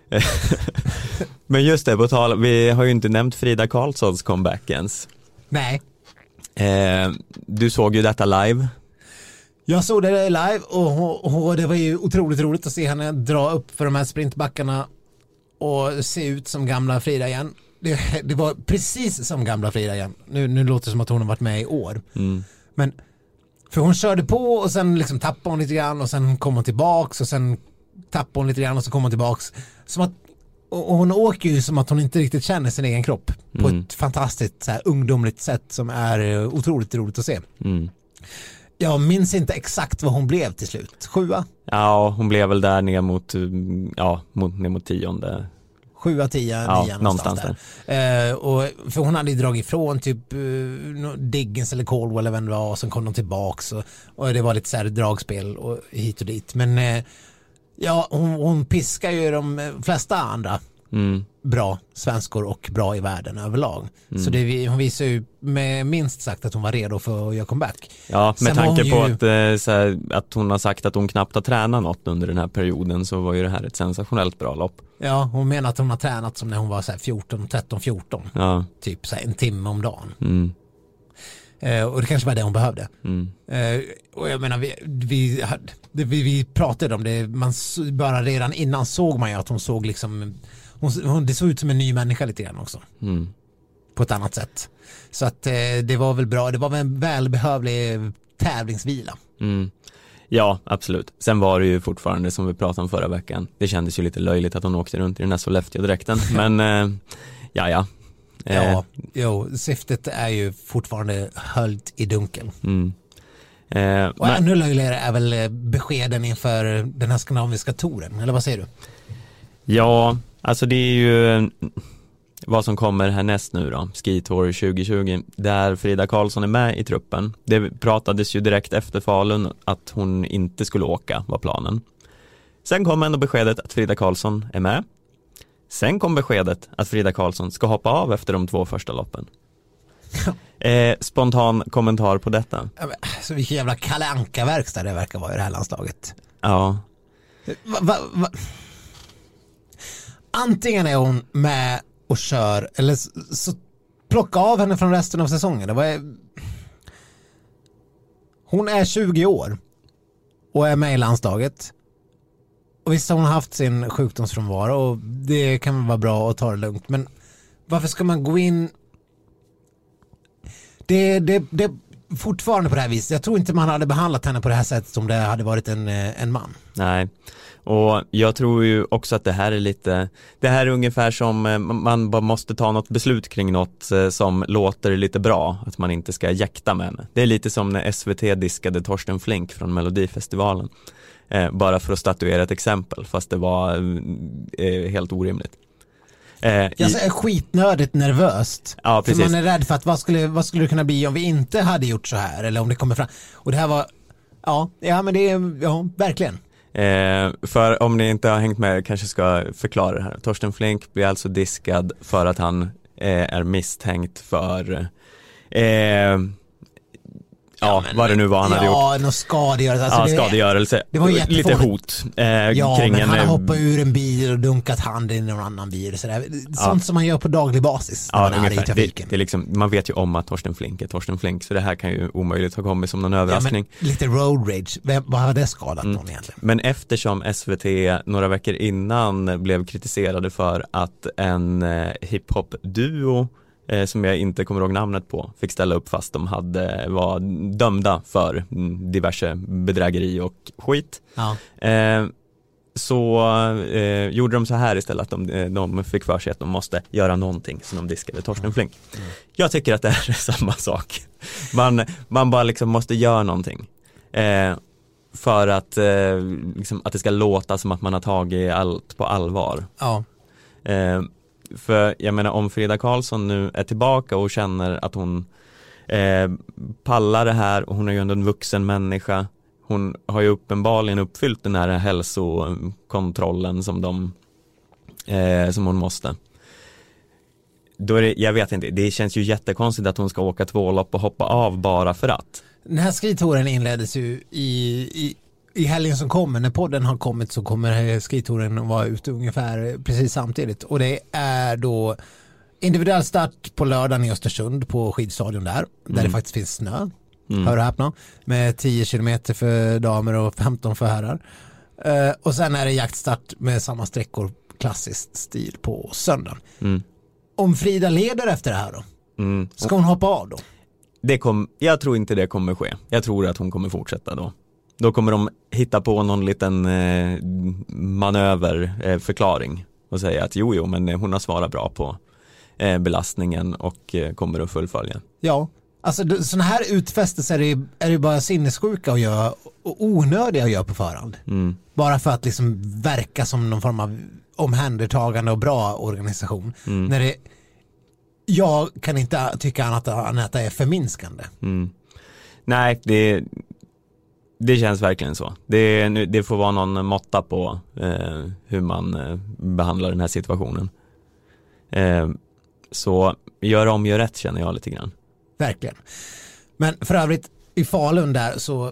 Men just det, på tal, vi har ju inte nämnt Frida Karlssons comeback ens. Nej. Eh, du såg ju detta live. Jag såg det live och, och, och det var ju otroligt roligt att se henne dra upp för de här sprintbackarna och se ut som gamla Frida igen. Det, det var precis som gamla Frida igen. Nu, nu låter det som att hon har varit med i år. Mm. Men för hon körde på och sen liksom tappade hon lite grann och sen kom hon tillbaks och sen tappade hon lite grann och så kom hon tillbaks. Som att, och hon åker ju som att hon inte riktigt känner sin egen kropp på Mm. ett fantastiskt så här, ungdomligt sätt som är otroligt roligt att se. Mm. Jag minns inte exakt vad hon blev till slut. Sjua? Ja, hon blev väl där ner mot, ja, mot, ner mot tionde. Sjua, tia, Ja, nia någonstans någonstans där. Eh, och, för hon hade ju dragit ifrån typ uh, Diggins eller Caldwell eller vem det var och sen kom de tillbaks och, och det var lite så här dragspel och hit och dit. Men eh, ja, hon, hon piskar ju de flesta andra Mm. bra svenskor och bra i världen överlag. Mm. Så det, hon visar ju med minst sagt att hon var redo för att göra comeback. Ja, med Sen tanke var på hon att, eh, så här, att hon har sagt att hon knappt har tränat något under den här perioden så var ju det här ett sensationellt bra lopp. Ja, hon menar att hon har tränat som när hon var så här fjorton, tretton, fjorton. Ja. Typ så här en timme om dagen. Mm. Eh, och det kanske var det hon behövde. Mm. Eh, och jag menar, vi, vi, hade, det, vi, vi pratade om det, man, bara redan innan såg man ju att hon såg liksom, hon, hon, det såg ut som en ny människa lite grann också. Mm. På ett annat sätt. Så att eh, det var väl bra, det var väl en välbehövlig tävlingsvila. Mm. Ja, absolut. Sen var det ju fortfarande som vi pratade om förra veckan. Det kändes ju lite löjligt att hon åkte runt i den här Sollefteå-dräkten. Men, eh, ja, ja. Eh. Ja, jo, syftet är ju fortfarande höljt i dunkel. Mm. Eh, och men... ännu löjligare är väl beskeden inför den här skandinaviska touren, eller vad säger du? Ja, Alltså det är ju vad som kommer härnäst nu då, Ski Tour tjugo tjugo, där Frida Karlsson är med i truppen. Det pratades ju direkt efter Falun att hon inte skulle åka, var planen. Sen kom ändå beskedet att Frida Karlsson är med. Sen kom beskedet att Frida Karlsson ska hoppa av efter de två första loppen. eh, spontan kommentar på detta. Ja, men, så vilken jävla Kalle Anka-verkstad det verkar vara i det här landslaget. Ja. Va, va, va? Antingen är hon med och kör, eller så, så plocka av henne från resten av säsongen. Det var, hon är tjugo år och är med i landslaget. Och visst har hon haft sin sjukdomsfrånvaro och det kan vara bra att ta det lugnt. Men varför ska man gå in... Det, det, det är fortfarande på det här viset. Jag tror inte man hade behandlat henne på det här sättet som det hade varit en, en man. Nej, och jag tror ju också att det här är lite... Det här är ungefär som man bara måste ta något beslut kring något som låter lite bra. Att man inte ska jäkta med henne. Det är lite som när S V T diskade Torsten Flink från Melodifestivalen. Eh, bara för att statuera ett exempel, fast det var eh, helt orimligt. Eh, jag är skitnödigt nervöst. Ja, precis. För man är rädd för att vad skulle, vad skulle det kunna bli om vi inte hade gjort så här, eller om det kommer fram. Och det här var, ja, ja men det är, ja, verkligen. Eh, för om ni inte har hängt med, kanske ska förklara det här. Torsten Flink blir alltså diskad för att han eh, är misstänkt för... Eh, Ja, men, vad det nu var han ja, hade gjort. Ja, någon skadegörelse. Alltså ja, det, skadegörelse. Det var lite hot. Eh, ja, kring men en, han har hoppat ur en bil och dunkat handen i någon annan bil. Så där. Sånt ja. som man gör på daglig basis när ja, man är i trafiken. Det, det är liksom, man vet ju om att Torsten Flink är Torsten Flink, så det här kan ju omöjligt ha kommit som någon överraskning. Ja, men lite road rage. Vem, vad har det skadat mm. någon egentligen? Men eftersom S V T några veckor innan blev kritiserade för att en eh, hiphop-duo Eh, som jag inte kommer ihåg namnet på, fick ställa upp fast de hade, var dömda för diverse bedrägeri och skit. Ja. Eh, så eh, gjorde de så här istället, att de, de fick för sig att de måste göra någonting, som de diskade Torsten Flink. Mm. Jag tycker att det är samma sak. Man, man bara liksom måste göra någonting. Eh, för att, eh, liksom, att det ska låta som att man har tagit allt på allvar. Ja. Eh, För jag menar, om Frida Karlsson nu är tillbaka och känner att hon eh, pallar det här, och hon är ju ändå en vuxen människa, hon har ju uppenbarligen uppfyllt den här hälsokontrollen som de eh, som hon måste. Då är det, jag vet inte, det känns ju jättekonstigt att hon ska åka två lopp och hoppa av bara för att. Den här skitouren inleddes ju i, i I helgen som kommer, när podden har kommit, så kommer skitouren att vara ute ungefär precis samtidigt. Och det är då individuell start på lördagen i Östersund på skidstadion där, där mm. det faktiskt finns snö. Mm. Hör och häpna. Med tio kilometer för damer och femton för herrar. Uh, och sen är det jaktstart med samma sträckor, klassisk stil, på söndagen. Mm. Om Frida leder efter det här då, mm. ska hon hoppa av då? Det kom, jag tror inte det kommer ske. Jag tror att hon kommer fortsätta då. Då kommer de hitta på någon liten eh, manöverförklaring eh, och säga att jo, jo, men hon har svarat bra på eh, belastningen och eh, kommer att fullfölja. Ja, alltså sådana här utfästelser är, är ju bara sinnessjuka att göra och onödiga att göra på förhand. Mm. Bara för att liksom verka som någon form av omhändertagande och bra organisation. Mm. När det, jag kan inte tycka annat än att det är förminskande. Mm. Nej, det Det känns verkligen så. Det, det får vara någon måtta på eh, hur man eh, behandlar den här situationen. Eh, så gör om, gör rätt, känner jag lite grann. Verkligen. Men för övrigt, i Falun där så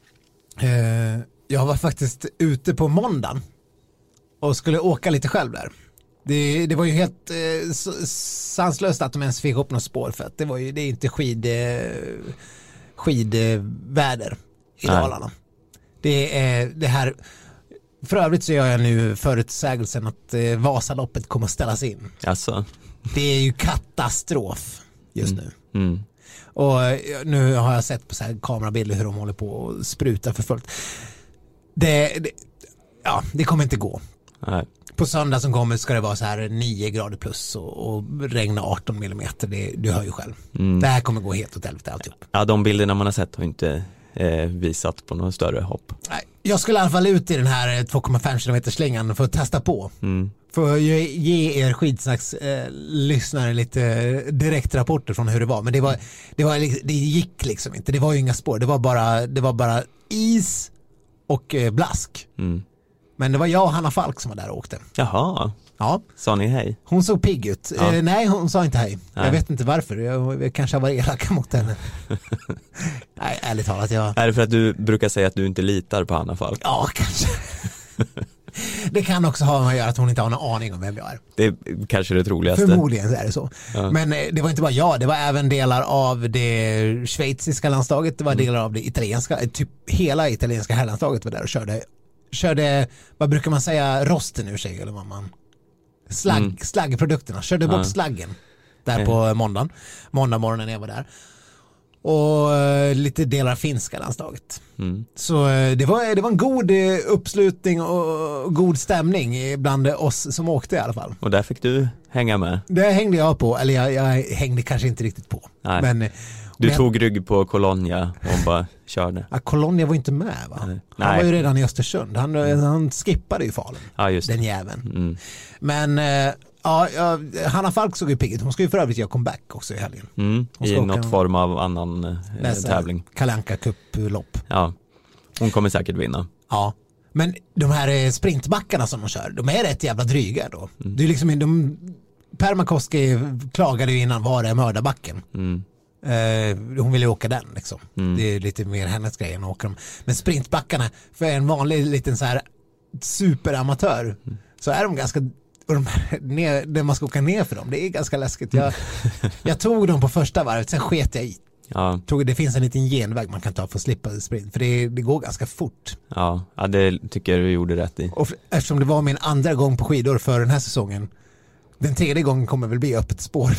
eh, jag var faktiskt ute på måndagen och skulle åka lite själv där. Det, det var ju helt eh, sanslöst att de ens fick upp något spår, för att det var ju, det är inte skid, eh, skidväder i Dalarna. Det är det här. För övrigt så gör jag nu förutsägelsen att eh, Vasaloppet kommer att ställas in. Alltså. Det är ju katastrof just mm. nu. Mm. Och nu har jag sett på så här kamerabilder hur de håller på och sprutar för fullt. Det, det, ja, det kommer inte gå. Nej. På söndag som kommer ska det vara så här nio grader plus och, och regna arton millimeter. Det, du hör ju själv. Mm. Det här kommer gå helt åt helvete alltihop. Ja, de bilderna man har sett har inte eh, visat på någon större hopp. Nej, Jag skulle i alla fall ut i den här två komma fem kilometer slingan för att testa på. Mm. För att ge, ge er skitsnacks eh, lyssnare lite direktrapporter från hur det var. Men det, var, det, var, det gick liksom inte. Det var ju inga spår. Det var bara, det var bara is och eh, blask. Mm. Men det var jag och Hanna Falk som var där och åkte. Jaha, Ja. sa ni hej? Hon såg pigg ut. Ja. Eh, nej, hon sa inte hej. Nej. Jag vet inte varför. Jag, jag kanske var elaka mot henne. Nej, ärligt talat. Jag... Är det för att du brukar säga att du inte litar på Hanna Falk? Ja, kanske. Det kan också ha med att göra att hon inte har någon aning om vem jag är. Det är kanske det troligaste. Förmodligen så är det så. Ja. Men eh, det var inte bara jag, det var även delar av det schweiziska landslaget, det var Mm. delar av det italienska, typ hela italienska herrlandslaget var där och körde, körde vad brukar man säga, rosten ur sig, eller vad man slagg, Mm. slaggprodukterna, körde bort Ja. slaggen där Ja. på måndagen, måndag morgonen när jag var där. Och eh, lite delar av finska landslaget. Mm. Så eh, det var, det var en god eh, uppslutning och god stämning eh, bland oss som åkte i alla fall. Och där fick du hänga med. Det hängde jag på, eller jag, jag hängde kanske inte riktigt på. Nej. Men eh, Du men, tog rygg på Colonia och bara körde. ja, Colonia var inte med, va? Nej. Han Nej. var ju redan i Östersund. Han, han skippade ju Falun, Ja, just den det. jäveln. Mm. Men eh, ja, ja, Hanna Falk såg ju pigg ut. Hon ska ju för övrigt göra comeback också i helgen. Mm. Hon ska I åka något en- form av annan eh, Nästa tävling. Kalle Anka Cup-lopp. Ja, hon kommer säkert vinna. Ja. Men de här eh, sprintbackarna som de kör, de är rätt jävla dryga då. Mm. Det är liksom, de, Permakoski klagade ju innan, var det mördarbacken? Mm. Eh, hon ville ju åka den liksom. Mm. Det är lite mer hennes grej än att åka dem. Men sprintbackarna, för en vanlig liten så här superamatör, Mm. så är de ganska, och de här, ner, där man ska åka ner för dem, det är ganska läskigt. Jag, jag tog dem på första varvet, sen sket jag i. Ja, Tog, det finns en liten genväg man kan ta för att slippa sprint, för det, det går ganska fort. ja, ja, det tycker jag du gjorde rätt i. Och eftersom det var min andra gång på skidor för den här säsongen, den tredje gången kommer väl bli öppet spår.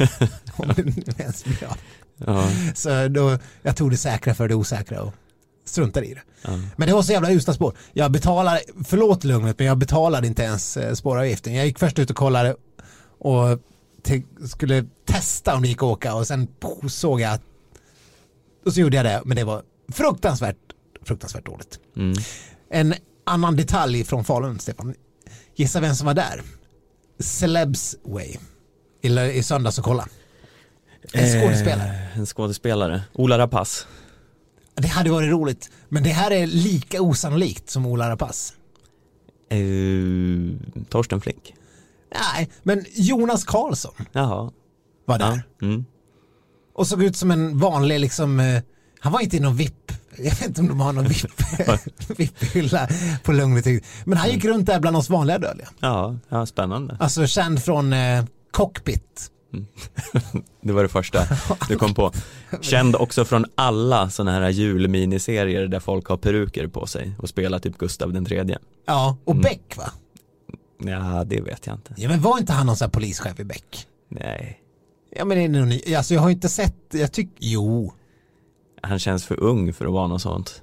Om det nu ens blir av. Ja, Så då, jag tog det säkra för det osäkra och struntade i det. ja. Men det var så jävla usla spår. Jag betalade, förlåt lugnet, men jag betalade inte ens eh, spåravgiften. Jag gick först ut och kollade och te- skulle testa om det gick att åka, och sen poh, såg jag att, och så gjorde jag det, men det var fruktansvärt, fruktansvärt dåligt. Mm. En annan detalj från Falun, Stefan. Gissa vem som var där? Celebs Way. I, i söndags och kolla. En skådespelare. Eh, en skådespelare. Ola Rapace. Det hade varit roligt. Men det här är lika osannolikt som Ola Rapace. Eh, Torsten Flink. Nej, men Jonas Karlsson Jaha. var där. Ja. Mm. Och såg ut som en vanlig liksom, eh, han var inte i någon V I P. Jag vet inte om de har någon V I P V I P-hylla på Lugnet. Men han gick runt där bland oss vanliga dödliga. Ja, ja, spännande. Alltså känd från eh, Cockpit. Det var det första du kom på. Känd också från alla såna här julminiserier där folk har peruker på sig och spelar typ Gustav den tredje. Ja, och Mm. Beck, va? Ja, det vet jag inte. Ja, men var inte han någon sån här polischef i Beck? Nej, Ja, men det är nog ny. Alltså jag har inte sett, jag tycker, jo. han känns för ung för att vara något sånt.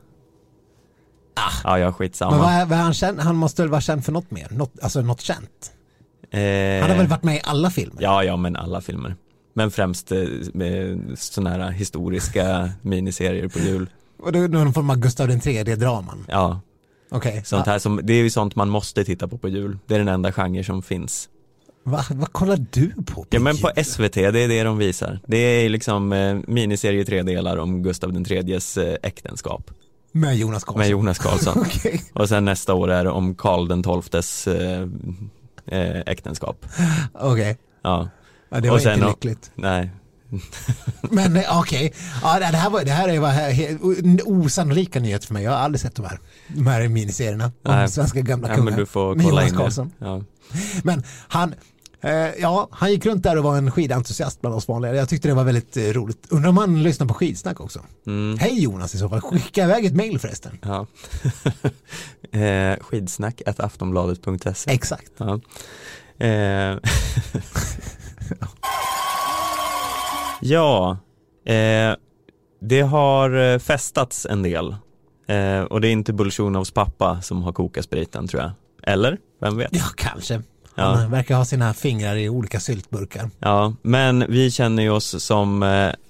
Ah. Ja, jag Men skitsamma. vad, är- vad är han känd? Han måste väl vara känd för något mer? Något, alltså något känt? Eh, Han har väl varit med i alla filmer? Ja, ja, men alla filmer. Men främst eh, med såna här historiska miniserier på jul. Och då någon form av Gustav den tredje draman. Ja, Okej. sånt Ja. här som, det är ju sånt man måste titta på på jul. Det är den enda genre som finns. Va, vad kollar du på? Ja, men på jul? S V T, det är det de visar. Det är liksom eh, miniserie i tre delar om Gustav den tredjes eh, äktenskap Med Jonas Karlsson. med Jonas Karlsson. Okej. Och sen nästa år är det om Karl den tolftes eh, eh, äktenskap. Okej. Ja, Ja, det Och var sen inte och- lyckligt. nej. Men eh, okej. Ja, det här var det här är var he- osannolika nyheter för mig. Jag har aldrig sett de här de här miniserierna om Nej. svenska gamla Ja, kungar. men du får med kolla Jonas in Karlsson. det. Ja. Men han eh, ja, han gick runt där och var en skidentusiast bland oss vanliga. Jag tyckte det var väldigt eh, roligt. Undrar om han lyssnar på skidsnack också. Mm. Hej Jonas i så fall. Skicka iväg ett mejl förresten. Ja. eh, skidsnack at aftonbladet punkt se. Exakt. Ja. Eh. ja, eh, det har eh, festats en del. Eh, och det är inte Bolsjunovs pappa som har kokat spriten, tror jag. Eller? Vem vet? Ja, kanske. Ja. Han verkar ha sina fingrar i olika syltburkar. Ja, men vi känner ju oss som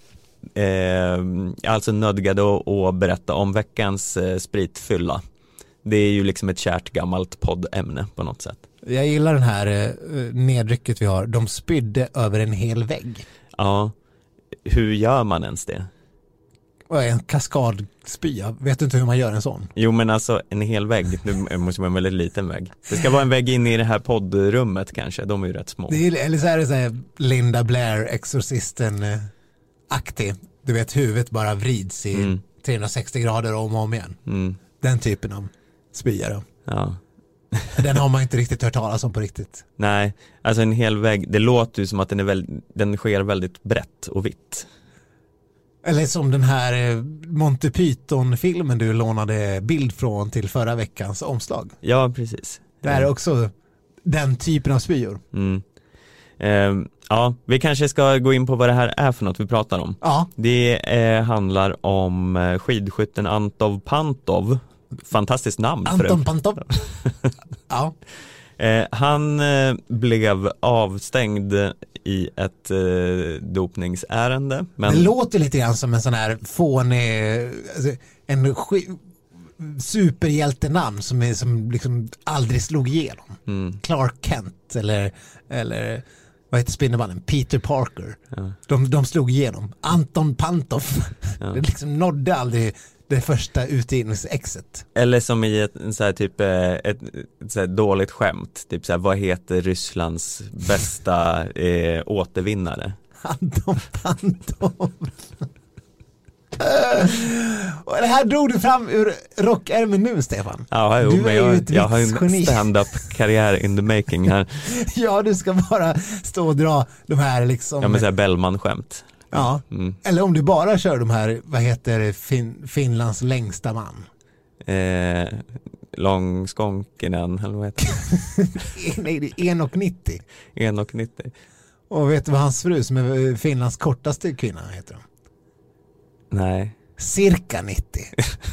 eh, eh, alltså nödgade att, att berätta om veckans eh, spritfylla. det är ju liksom ett kärt gammalt poddämne på något sätt. Jag gillar den här eh, nedrycket vi har. De spydde över en hel vägg. Ja, hur gör man ens det? Och en kaskadspya. Vet du inte hur man gör en sån? Jo, men alltså en hel vägg, det måste vara en väldigt liten vägg. Det ska vara en vägg in i det här poddrummet kanske, de är ju rätt små. Det är, eller så är det så här Linda Blair, Exorcisten-aktig. Du vet, huvudet bara vrids i mm. trehundrasextio grader om och om igen. Mm. Den typen av spya då. Ja. Den har man inte riktigt hört talas om på riktigt. Nej, alltså en hel vägg, det låter ju som att den, är väl, den sker väldigt brett och vitt. Eller som den här Monty Python-filmen du lånade bild från till förra veckans omslag. Ja, precis. Det är också den typen av spyor. Mm. Eh, ja, vi kanske ska gå in på vad det här är för något vi pratar om. Ja. Det eh, handlar om skidskytten Anton Pantov. Fantastiskt namn. Anton Pantov. Ja. Eh, han eh, blev avstängd i ett eh, dopningsärende. Men... Det låter lite grann som en sån här fånig, alltså, en sk- superhjältenamn som, är, som liksom aldrig slog igenom. Mm. Clark Kent eller, eller vad heter Spindelmannen? Peter Parker. Ja. De, de slog igenom. Anton Pantov. Ja. Det liksom nådde aldrig det första utgivningsexet. Eller som i ett, en så här typ ett, ett så här dåligt skämt. Typ så här, vad heter Rysslands bästa eh, återvinnare? Anton Pantov. Och det här drog du fram ur rockärmen nu, Stefan. Ja, jo, men jag, jag har en stand-up-karriär in the making här. Ja, du ska bara stå och dra de här liksom... Ja, men så här Bellman-skämt. Ja, mm. Eller om du bara kör de här, vad heter fin- Finlands längsta man? Eh, Långskånkinen, eller vad heter det? Nej, det är en och nittio. en och nittio. Och vet du vad hans fru som är Finlands kortaste kvinna heter? Nej. Cirka nittio.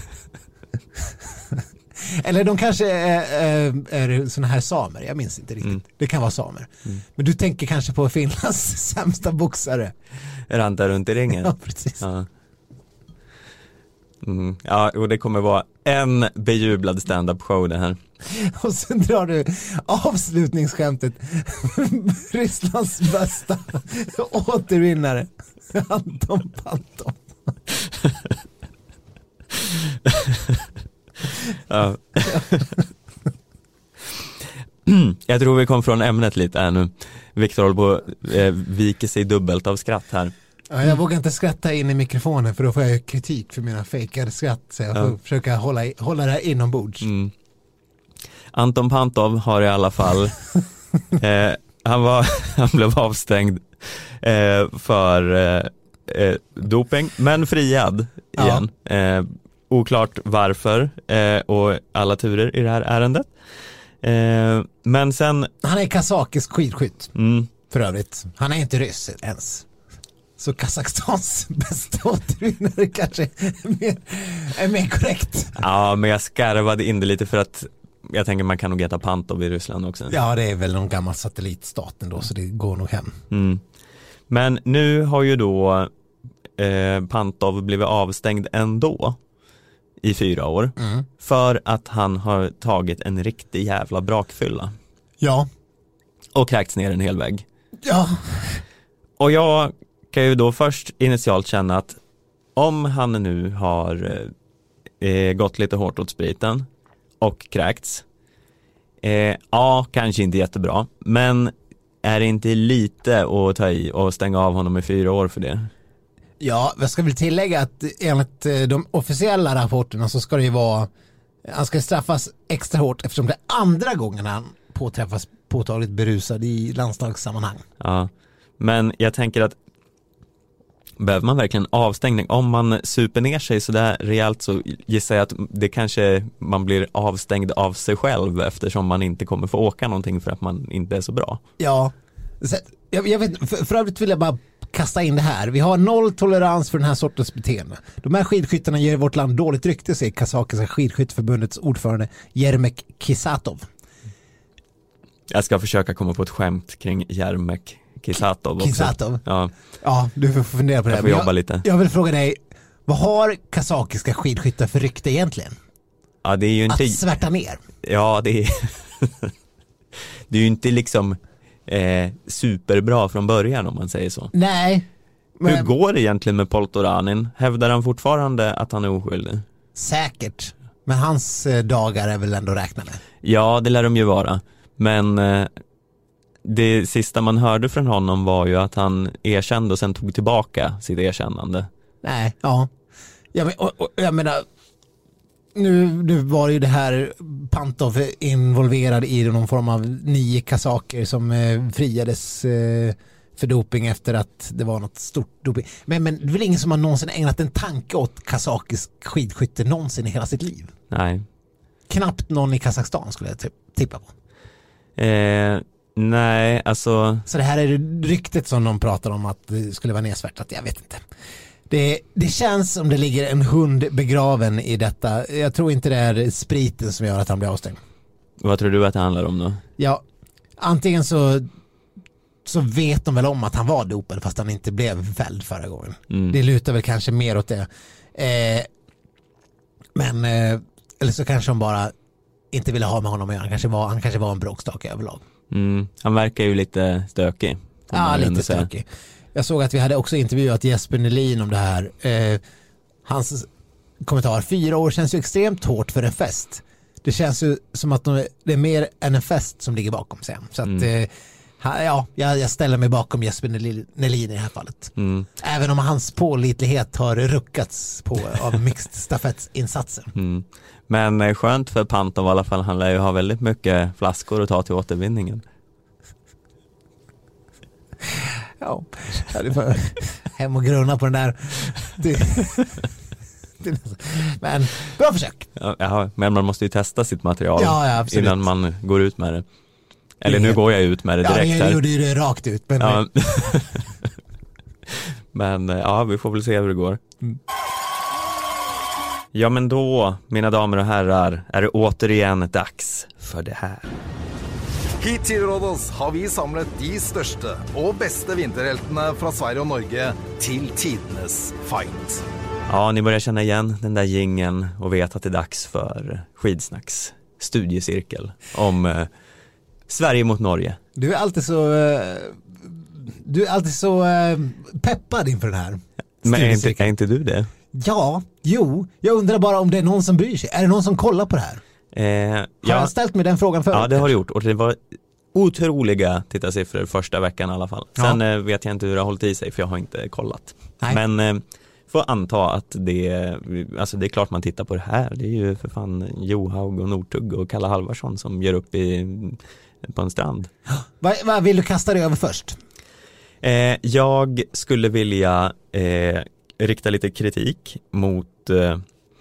Eller de kanske är, är, är såna här samer, jag minns inte riktigt. Mm. Det kan vara samer. Mm. Men du tänker kanske på Finlands sämsta boxare. Rantar runt i ringen. Ja, precis. Ja. Mm. Ja, och det kommer vara en bejublad stand-up show det här. Och sen drar du avslutningsskämtet. Rysslands bästa återvinnare. Anton Pantov. Ja. Jag tror vi kom från ämnet lite här nu. Viktor håller på eh, viker sig dubbelt av skratt här. Ja, jag vågar inte skratta in i mikrofonen för då får jag kritik för mina fejkade skratt. Så jag får ja. försöka hålla, hålla det här inombords. Mm. Anton Pantov har i alla fall eh, han, var, han blev avstängd eh, för eh, eh, doping, men friad igen. Ja. Eh, oklart varför eh, och alla turer i det här ärendet. Eh, men sen... Han är kazakisk skidskytt mm. för övrigt. Han är inte ryss ens. Så Kazakstans bästa återvinnare kanske är mer, är mer korrekt. Ja, men jag skarvade in det lite för att jag tänker man kan nog äta Pantov i Ryssland också. Ja, det är väl någon gammal satellitstat ändå, så det går nog hem. Mm. Men nu har ju då eh, Pantov blivit avstängd ändå i fyra år mm. för att han har tagit en riktig jävla brakfylla. Ja. Och kräkts ner en hel vägg. Ja. Och jag kan ju då först initialt känna att om han nu har eh, gått lite hårt åt spriten och kräkts, eh, ja, kanske inte jättebra, men är det inte lite att ta i och stänga av honom i fyra år för det? Ja, jag ska väl tillägga att enligt de officiella rapporterna så ska det ju vara, han ska straffas extra hårt eftersom det är andra gången han påträffas påtagligt berusad i landslagssammanhang. Ja, men jag tänker att behöver man verkligen avstängning? Om man super ner sig så där rejält så gissar jag att det kanske man blir avstängd av sig själv eftersom man inte kommer få åka någonting för att man inte är så bra. Ja, jag, jag vet, för, för övrigt vill jag bara kasta in det här. Vi har noll tolerans för den här sortens beteende. De här skidskyttarna ger vårt land dåligt rykte, säger Kazakiska skidskytteförbundets ordförande Jermek Kisatov. Jag ska försöka komma på ett skämt kring Jermek Kisatov också. Kisatov? Ja. Ja, du får fundera på det. Jag får jobba jag, lite. Jag vill fråga dig, vad har kazakiska skidskyttar för rykte egentligen? Ja, det är ju inte... Att svärta ner. Ja, det är... det är ju inte liksom eh, superbra från början om man säger så. Nej. Men... Hur går det egentligen med Poltoranin? Hävdar han fortfarande att han är oskyldig? Säkert. Men hans eh, dagar är väl ändå räknade? Ja, det lär de ju vara. Men eh, det sista man hörde från honom var ju att han erkände och sen tog tillbaka sitt erkännande. Nej, ja. Jag, men, och, och, jag menar, nu, nu var ju det här Pantov involverad i någon form av nio kazaker som eh, friades eh, för doping efter att det var något stort doping. Men, men det är väl ingen som har någonsin ägnat en tanke åt kazakisk skidskytte någonsin i hela sitt liv? Nej. Knappt någon i Kazakstan skulle jag typ tippa på. Eh, nej, alltså... Så det här är ryktet som de pratar om att det skulle vara nedsvärtat. Jag vet inte. Det, det känns som det ligger en hund begraven i detta. Jag tror inte det är spriten som gör att han blir avstängd. Vad tror du att det handlar om då? Ja, antingen så så vet de väl om att han var dopad fast han inte blev fälld förra gången. Mm. Det lutar väl kanske mer åt det. Eh, men eh, eller så kanske de bara inte ville ha med honom att göra. Han kanske var, han kanske var en bråkstake överlag. Mm. Han verkar ju lite stökig. Ja, lite stökig. Jag såg att vi hade också intervjuat Jesper Nelin om det här. Eh, hans kommentar, fyra år känns ju extremt hårt för en fest. Det känns ju som att de, det är mer än en fest som ligger bakom sen. Så att, mm. eh, ja, jag, jag ställer mig bakom Jesper Nelin i det här fallet. Mm. Även om hans pålitlighet har ruckats på av mixed stafettinsatser. Mm. Men skönt för Pantov i alla fall. Han lär ju ha väldigt mycket flaskor att ta till återvinningen. Ja, det får hem och grunna på den där. Men bra försök. Ja, men man måste ju testa sitt material ja, ja, innan man går ut med det. Eller nu går jag ut med det direkt. Ja, jag gjorde ju det rakt ut. Men, ja. men ja, vi får väl se hur det går. Mm. Ja, men då, mina damer och herrar, är det återigen dags för det här. Hit till Rhodos har vi samlat de största och bästa vinterhjältarna från Sverige och Norge till tidernas fight. Ja, ni börjar känna igen den där jingeln och vet att det är dags för Skidsnacks studiecirkel om eh, Sverige mot Norge. Du är alltid så eh, du är alltid så eh, peppad inför den här. Men är inte, är inte du det? Ja, jo. Jag undrar bara om det är någon som bryr sig. Är det någon som kollar på det här? Eh, har ja. jag ställt mig den frågan förut? Ja, det har du gjort. Och det var otroliga tittarsiffror första veckan i alla fall. Sen ja. eh, vet jag inte hur det har hållit i sig för jag har inte kollat. Nej. Men eh, får anta att det, alltså det är klart man tittar på det här. Det är ju för fan Johaug och Northug och Kalle Halvarsson som gör upp i, på en strand. Vad, vad vill du kasta dig över först? Eh, jag skulle vilja eh, rikta lite kritik mot eh,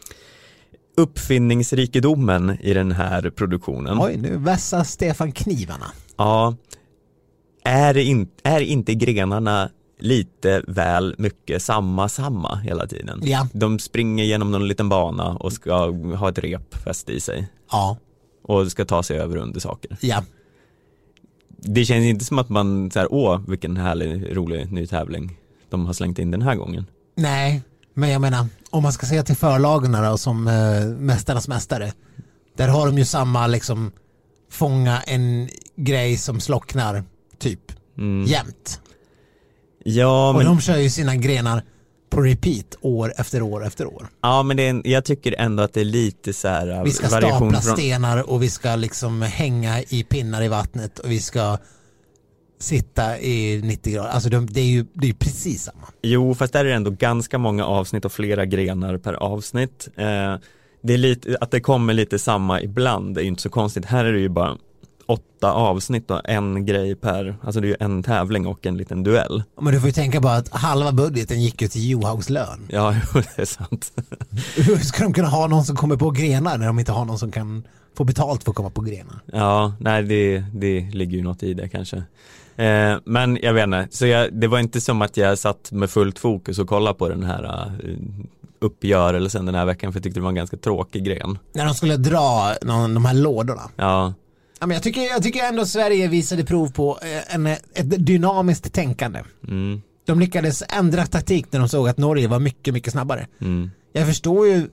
uppfinningsrikedomen i den här produktionen. Oj, nu vässar Stefan knivarna. Ja, är, in, är inte grenarna lite väl mycket samma samma hela tiden? Ja. De springer genom någon liten bana och ska ha ett rep fäst i sig. Ja. Och ska ta sig över under saker. Ja. Det känns inte som att man säger, åh, vilken härlig, rolig ny tävling de har slängt in den här gången. Nej, men jag menar, om man ska säga till förlagen då, som äh, mästarnas mästare, där har de ju samma liksom fånga en grej som slocknar typ mm. jämt. Ja, och men... de kör ju sina grenar på repeat år efter år efter år. Ja, men det är en, jag tycker ändå att det är lite så här. Vi ska stapla från... stenar och vi ska liksom hänga i pinnar i vattnet och vi ska sitta i nittio grader. Alltså det, det är ju det är precis samma. Jo, fast där är det ändå ganska många avsnitt och flera grenar per avsnitt. Eh, det är lite, att det kommer lite samma ibland är ju inte så konstigt. Här är det ju bara åtta avsnitt och en grej per, alltså det är ju en tävling och en liten duell. Men du får ju tänka på att halva budgeten gick ju till Johaugs lön. Ja, det är sant. Hur ska de kunna ha någon som kommer på grenar när de inte har någon som kan få betalt för att komma på grenar? Ja, nej det, det ligger ju något i det kanske. Eh, men jag vet inte, så jag, det var inte som att jag satt med fullt fokus och kollade på den här uh, uppgörelsen den här veckan för jag tyckte det var en ganska tråkig gren. När de skulle dra någon, de här lådorna. Ja. Ja, men jag, tycker, jag tycker ändå Sverige visade prov på en, ett dynamiskt tänkande. Mm. De lyckades ändra taktik när de såg att Norge var mycket, mycket snabbare. Mm. Jag förstår ju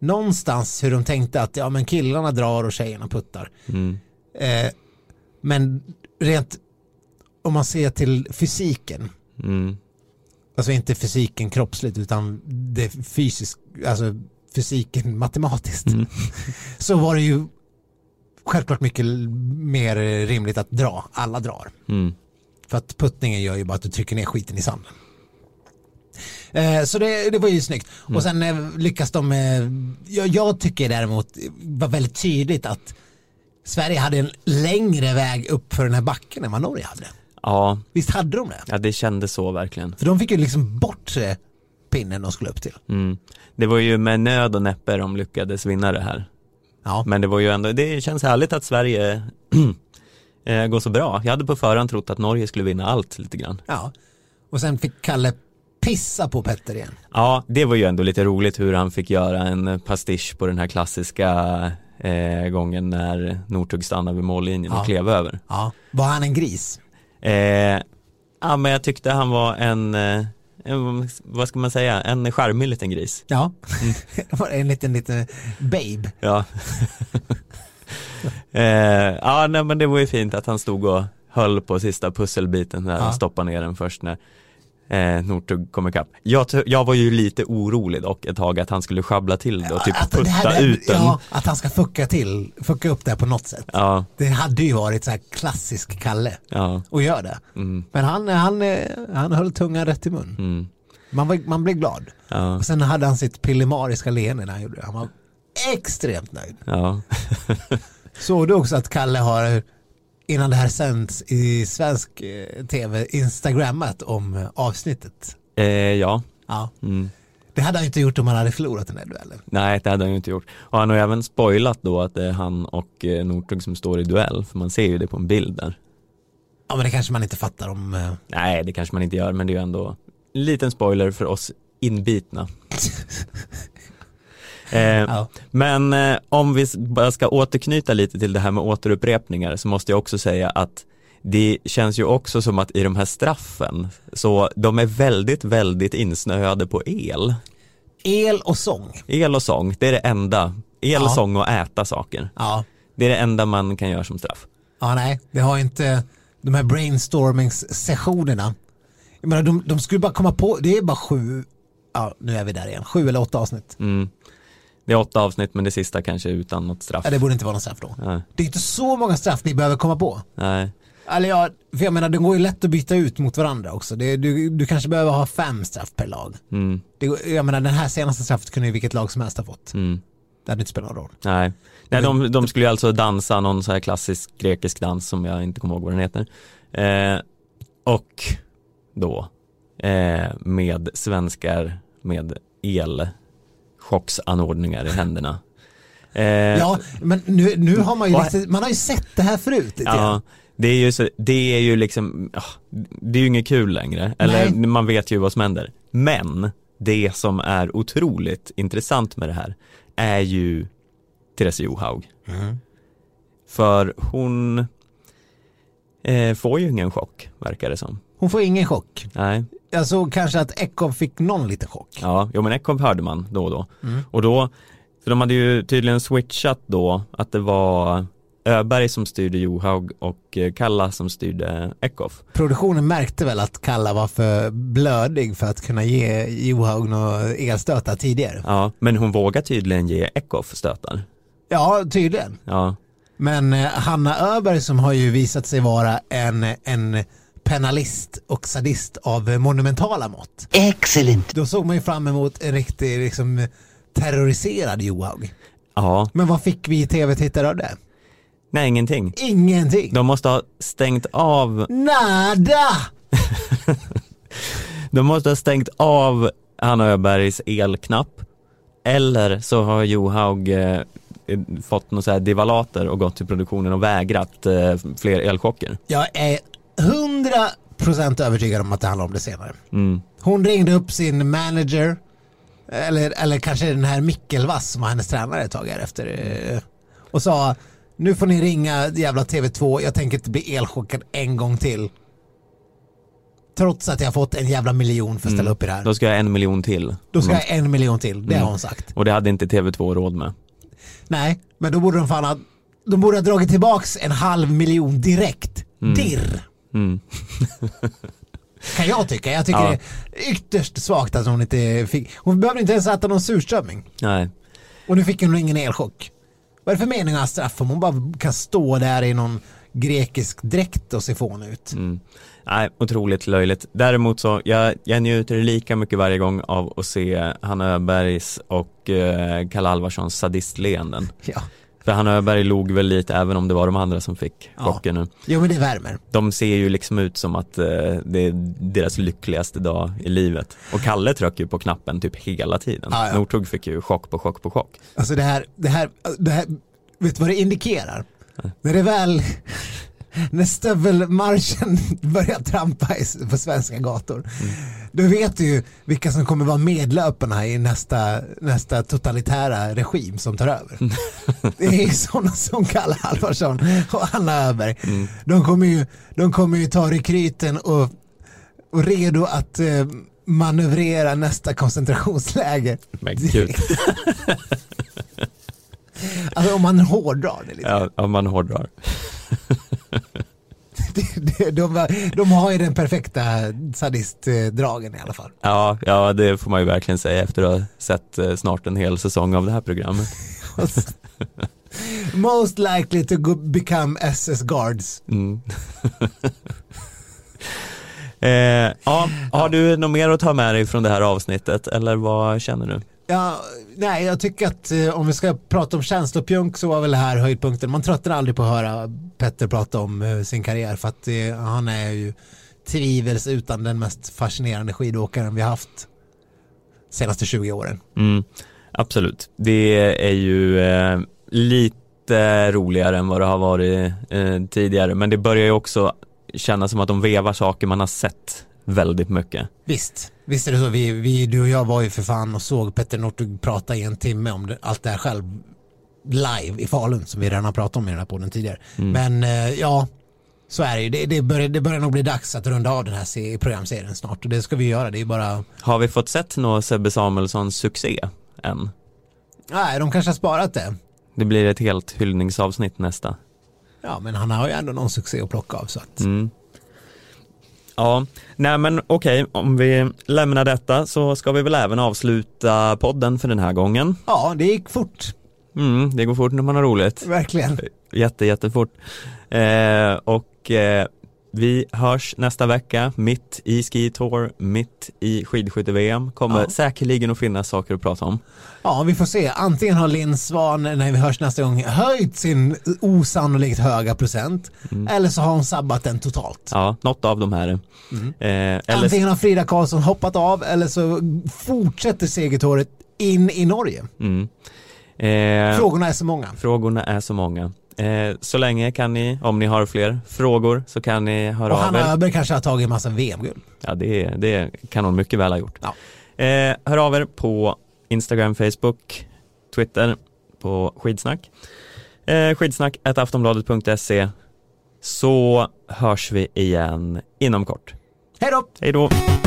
någonstans hur de tänkte att ja, men killarna drar och tjejerna puttar. Mm. Eh, men rent om man ser till fysiken, Mm. alltså inte fysiken kroppsligt utan det fysisk, alltså fysiken matematiskt, Mm. så var det ju självklart mycket mer rimligt att dra. Alla drar. Mm. För att puttningen gör ju bara att du trycker ner skiten i sanden. Eh, så det, det var ju snyggt. Mm. Och sen eh, lyckas de med, jag, jag tycker däremot var väldigt tydligt att Sverige hade en längre väg upp för den här backen än vad Norge hade. Ja. Visst hade de det? Ja, det kändes så verkligen. För de fick ju liksom bort eh, pinnen de skulle upp till. Mm. Det var ju med nöd och näppe de lyckades vinna det här. Ja. Men det var ju ändå, det känns härligt att Sverige eh, går så bra. Jag hade på förhand trott att Norge skulle vinna allt lite grann. Ja. Och sen fick Kalle pissa på Petter igen. Ja, det var ju ändå lite roligt hur han fick göra en pastisch på den här klassiska eh, gången när Northug stannade vid mållinjen Ja. och klev över. Ja. Var han en gris? Eh, ja, men jag tyckte han var en, eh, en vad ska man säga, en charmig liten gris. Ja. Det var en liten, liten babe. Ja. eh, ja, nej, men det var ju fint att han stod och höll på sista pusselbiten där Ja. och stoppade ner den först när eh, Northug kom ikapp. Jag, t- jag var ju lite orolig dock ett tag att han skulle schabbla till det och typ Att det putta här- ut den. Ja, att han ska fucka till, fucka upp det på något sätt. Ja, Det hade ju varit så här klassisk Kalle ja. och gör det. Mm, Men han, han, han höll tungan rätt i mun. mm, Man, var, man blev glad. ja, Och sen hade han sitt pillemariska leende när han gjorde det. Han var extremt nöjd. ja. Såg du också att Kalle har, innan det här sänds i svensk eh, tv, instagrammat om eh, avsnittet? Eh, ja. Ja. Mm. Det hade han inte gjort om han hade förlorat den här duellen. Nej, det hade han ju inte gjort. Och han har ju även spoilat då att det är han och eh, Northug som står i duell. För man ser ju det på en bild där. Ja, men det kanske man inte fattar om... Eh... Nej, det kanske man inte gör, men det är ju ändå en liten spoiler för oss inbitna. eh, Ja. Men eh, om vi bara ska återknyta lite till det här med återupprepningar så måste jag också säga att det känns ju också som att i de här straffen så de är väldigt, väldigt insnöade på el. El och sång. El och sång, det är det enda. El, Ja. sång och äta saker. Ja. Det är det enda man kan göra som straff. Ja, nej. Det har ju inte de här brainstormingssessionerna. Jag menar, de, de skulle bara komma på, det är bara sju, ja, nu är vi där igen, sju eller åtta avsnitt. Mm. Det är åtta avsnitt, men det sista kanske utan något straff. Ja, det borde inte vara någon straff då. Nej. Det är inte så många straff ni behöver komma på. Nej. Eller ja, för jag menar, det går ju lätt att byta ut mot varandra också. Det, du, du kanske behöver ha fem straff per lag. Mm. Det, jag menar, den här senaste straffet kunde ju vilket lag som helst ha fått. Mm. Det hade inte spelat någon roll. Nej, Nej de, de skulle ju alltså dansa någon så här klassisk grekisk dans som jag inte kommer ihåg vad den heter. Eh, och då eh, med svenskar med elchocksanordningar i händerna. Eh, Ja, men nu, nu har man ju Vad- lite, man har ju sett det här förut lite ja, grann. det är ju så, det är ju liksom ja, det är ju inget kul längre. Eller Nej. man vet ju vad som händer. Men det som är otroligt intressant med det här är ju Therese Johaug. Mm. För hon eh, får ju ingen chock, verkar det som. Hon får ingen chock. Nej, Alltså kanske att Ekov fick någon liten chock. ja, jo men Ekov hörde man då och då. Mm. Och då, så de hade ju tydligen switchat då att det var Öberg som styrde Johaug och eh, Kalla som styrde Ekov. Produktionen märkte väl att Kalla var för blödig för att kunna ge Johaug några elstötar tidigare. Ja, men hon vågar tydligen ge Ekov stötar. Ja, tydligen. Ja, Men eh, Hanna Öberg som har ju visat sig vara en, en penalist och sadist av eh, monumentala mått. Excellent. Då såg man ju fram emot en riktig liksom, terroriserad Johaug. ja, Men vad fick vi tv-tittare av det? nej ingenting. Ingenting. De måste ha stängt av Nada! De måste ha stängt av Hanna Öbergs elknapp. Eller så har Johaug eh, fått några så här divalater och gått till produktionen och vägrat eh, fler elchocker. Jag är hundra procent övertygad om att det handlar om det senare. Mm. Hon ringde upp sin manager eller, eller kanske den här Mikkelvass som var hennes tränare ett tag här efter eh, och sa nu får ni ringa jävla T V två, jag tänker inte bli elchockad en gång till. Trots att jag har fått en jävla miljon för att ställa Mm. upp i det här. Då ska jag en miljon till. Då ska jag en miljon till, det Mm. har hon sagt. Och det hade inte T V två råd med. Nej, men då borde de fan ha, de borde ha dragit tillbaks en halv miljon direkt. Mm. Dirr. Mm. Kan jag tycka. Jag tycker Ja. det är ytterst svagt att hon inte fick, hon behöver inte ens äta någon surströmming. Nej. Och nu fick hon ingen elchock. Vad är det för mening att straff om hon bara kan stå där i någon grekisk dräkt och se fån ut? Mm. Nej, otroligt löjligt. Däremot så, jag, jag njuter lika mycket varje gång av att se Hanna Öbergs och eh, Kalle Alvarssons sadistleenden. Ja. För Hanna Öberg log väl lite även om det var de andra som fick Ja. chocken nu. Jo, men det värmer. De ser ju liksom ut som att eh, det är deras lyckligaste dag i livet. Och Kalle trycker ju på knappen typ hela tiden. Ja, ja. Northug fick ju chock på chock på chock. Alltså det här, det här, det här, vet du vad det indikerar? När det väl, när stövelmarschen börjar trampa i- på svenska gator, Mm. då vet du ju vilka som kommer vara medlöparna i nästa, nästa totalitära regim som tar över. Det är ju sådana som Kalle Alvarsson och Hanna Öberg. Mm. De kommer ju, de kommer ju ta rekryten och, och redo att eh, manövrera nästa koncentrationsläger. Men gud. Alltså om man hårdrar det lite. Ja, om man hårdrar. Det- det- de, de har ju den perfekta sadistdragen i alla fall. Ja, ja, det får man ju verkligen säga efter att ha sett eh, snart en hel säsong av det här programmet. Most likely to go become S S guards. Mm. eh, ja, har du något mer att ta med dig från det här avsnittet eller vad känner du? Ja, nej, jag tycker att eh, om vi ska prata om känslopjunk så var väl det här höjdpunkten. Man tröttnar aldrig på att höra Petter prata om eh, sin karriär för att eh, han är ju tvivelsutan den mest fascinerande skidåkaren vi har haft senaste tjugo åren. Mm, absolut. Det är ju eh, lite roligare än vad det har varit eh, tidigare. Men det börjar ju också kännas som att de vevar saker man har sett väldigt mycket. Visst, visst är det så. Vi, vi, du och jag var ju för fan och såg Petter Northug prata i en timme om det, allt det här själv live i Falun som vi redan har pratat om i den här podden tidigare. Mm. Men eh, ja, så är det ju. Det, det, börjar, det börjar nog bli dags att runda av den här se- programserien snart och det ska vi göra. Det är bara... Har vi fått sett någon Sebbe Samuelssons succé än? Nej, de kanske har sparat det. Det blir ett helt hyllningsavsnitt nästa. Ja, men han har ju ändå någon succé att plocka av så att... Mm. Ja, nej men okej, om vi lämnar detta så ska vi väl även avsluta podden för den här gången. Ja, det gick fort. Mm, det går fort när man har roligt. Verkligen. Jätte, jättefort. Eh, och eh, vi hörs nästa vecka, mitt i Ski Tour, mitt i skidskytte-V M. Kommer Ja. säkerligen att finnas saker att prata om. Ja, vi får se. Antingen har Linn Svan när vi hörs nästa gång höjt sin osannolikt höga procent eller så har hon sabbat den totalt. Ja, något av de här. Eh, eller, Antingen har Frida Karlsson hoppat av eller så fortsätter segertåret in i Norge. mm. eh, Frågorna är så många. Frågorna är så många. Eh, så länge kan ni, om ni har fler frågor så kan ni höra Och av Hanna er. Öberg kanske har tagit en massa V M-guld. Ja, det, det kan hon mycket väl ha gjort. Ja. Eh, hör av er på Instagram, Facebook, Twitter på Skidsnack. Eh, skidsnack at aftonbladet punkt se. Så hörs vi igen inom kort. Hej då! Hej då!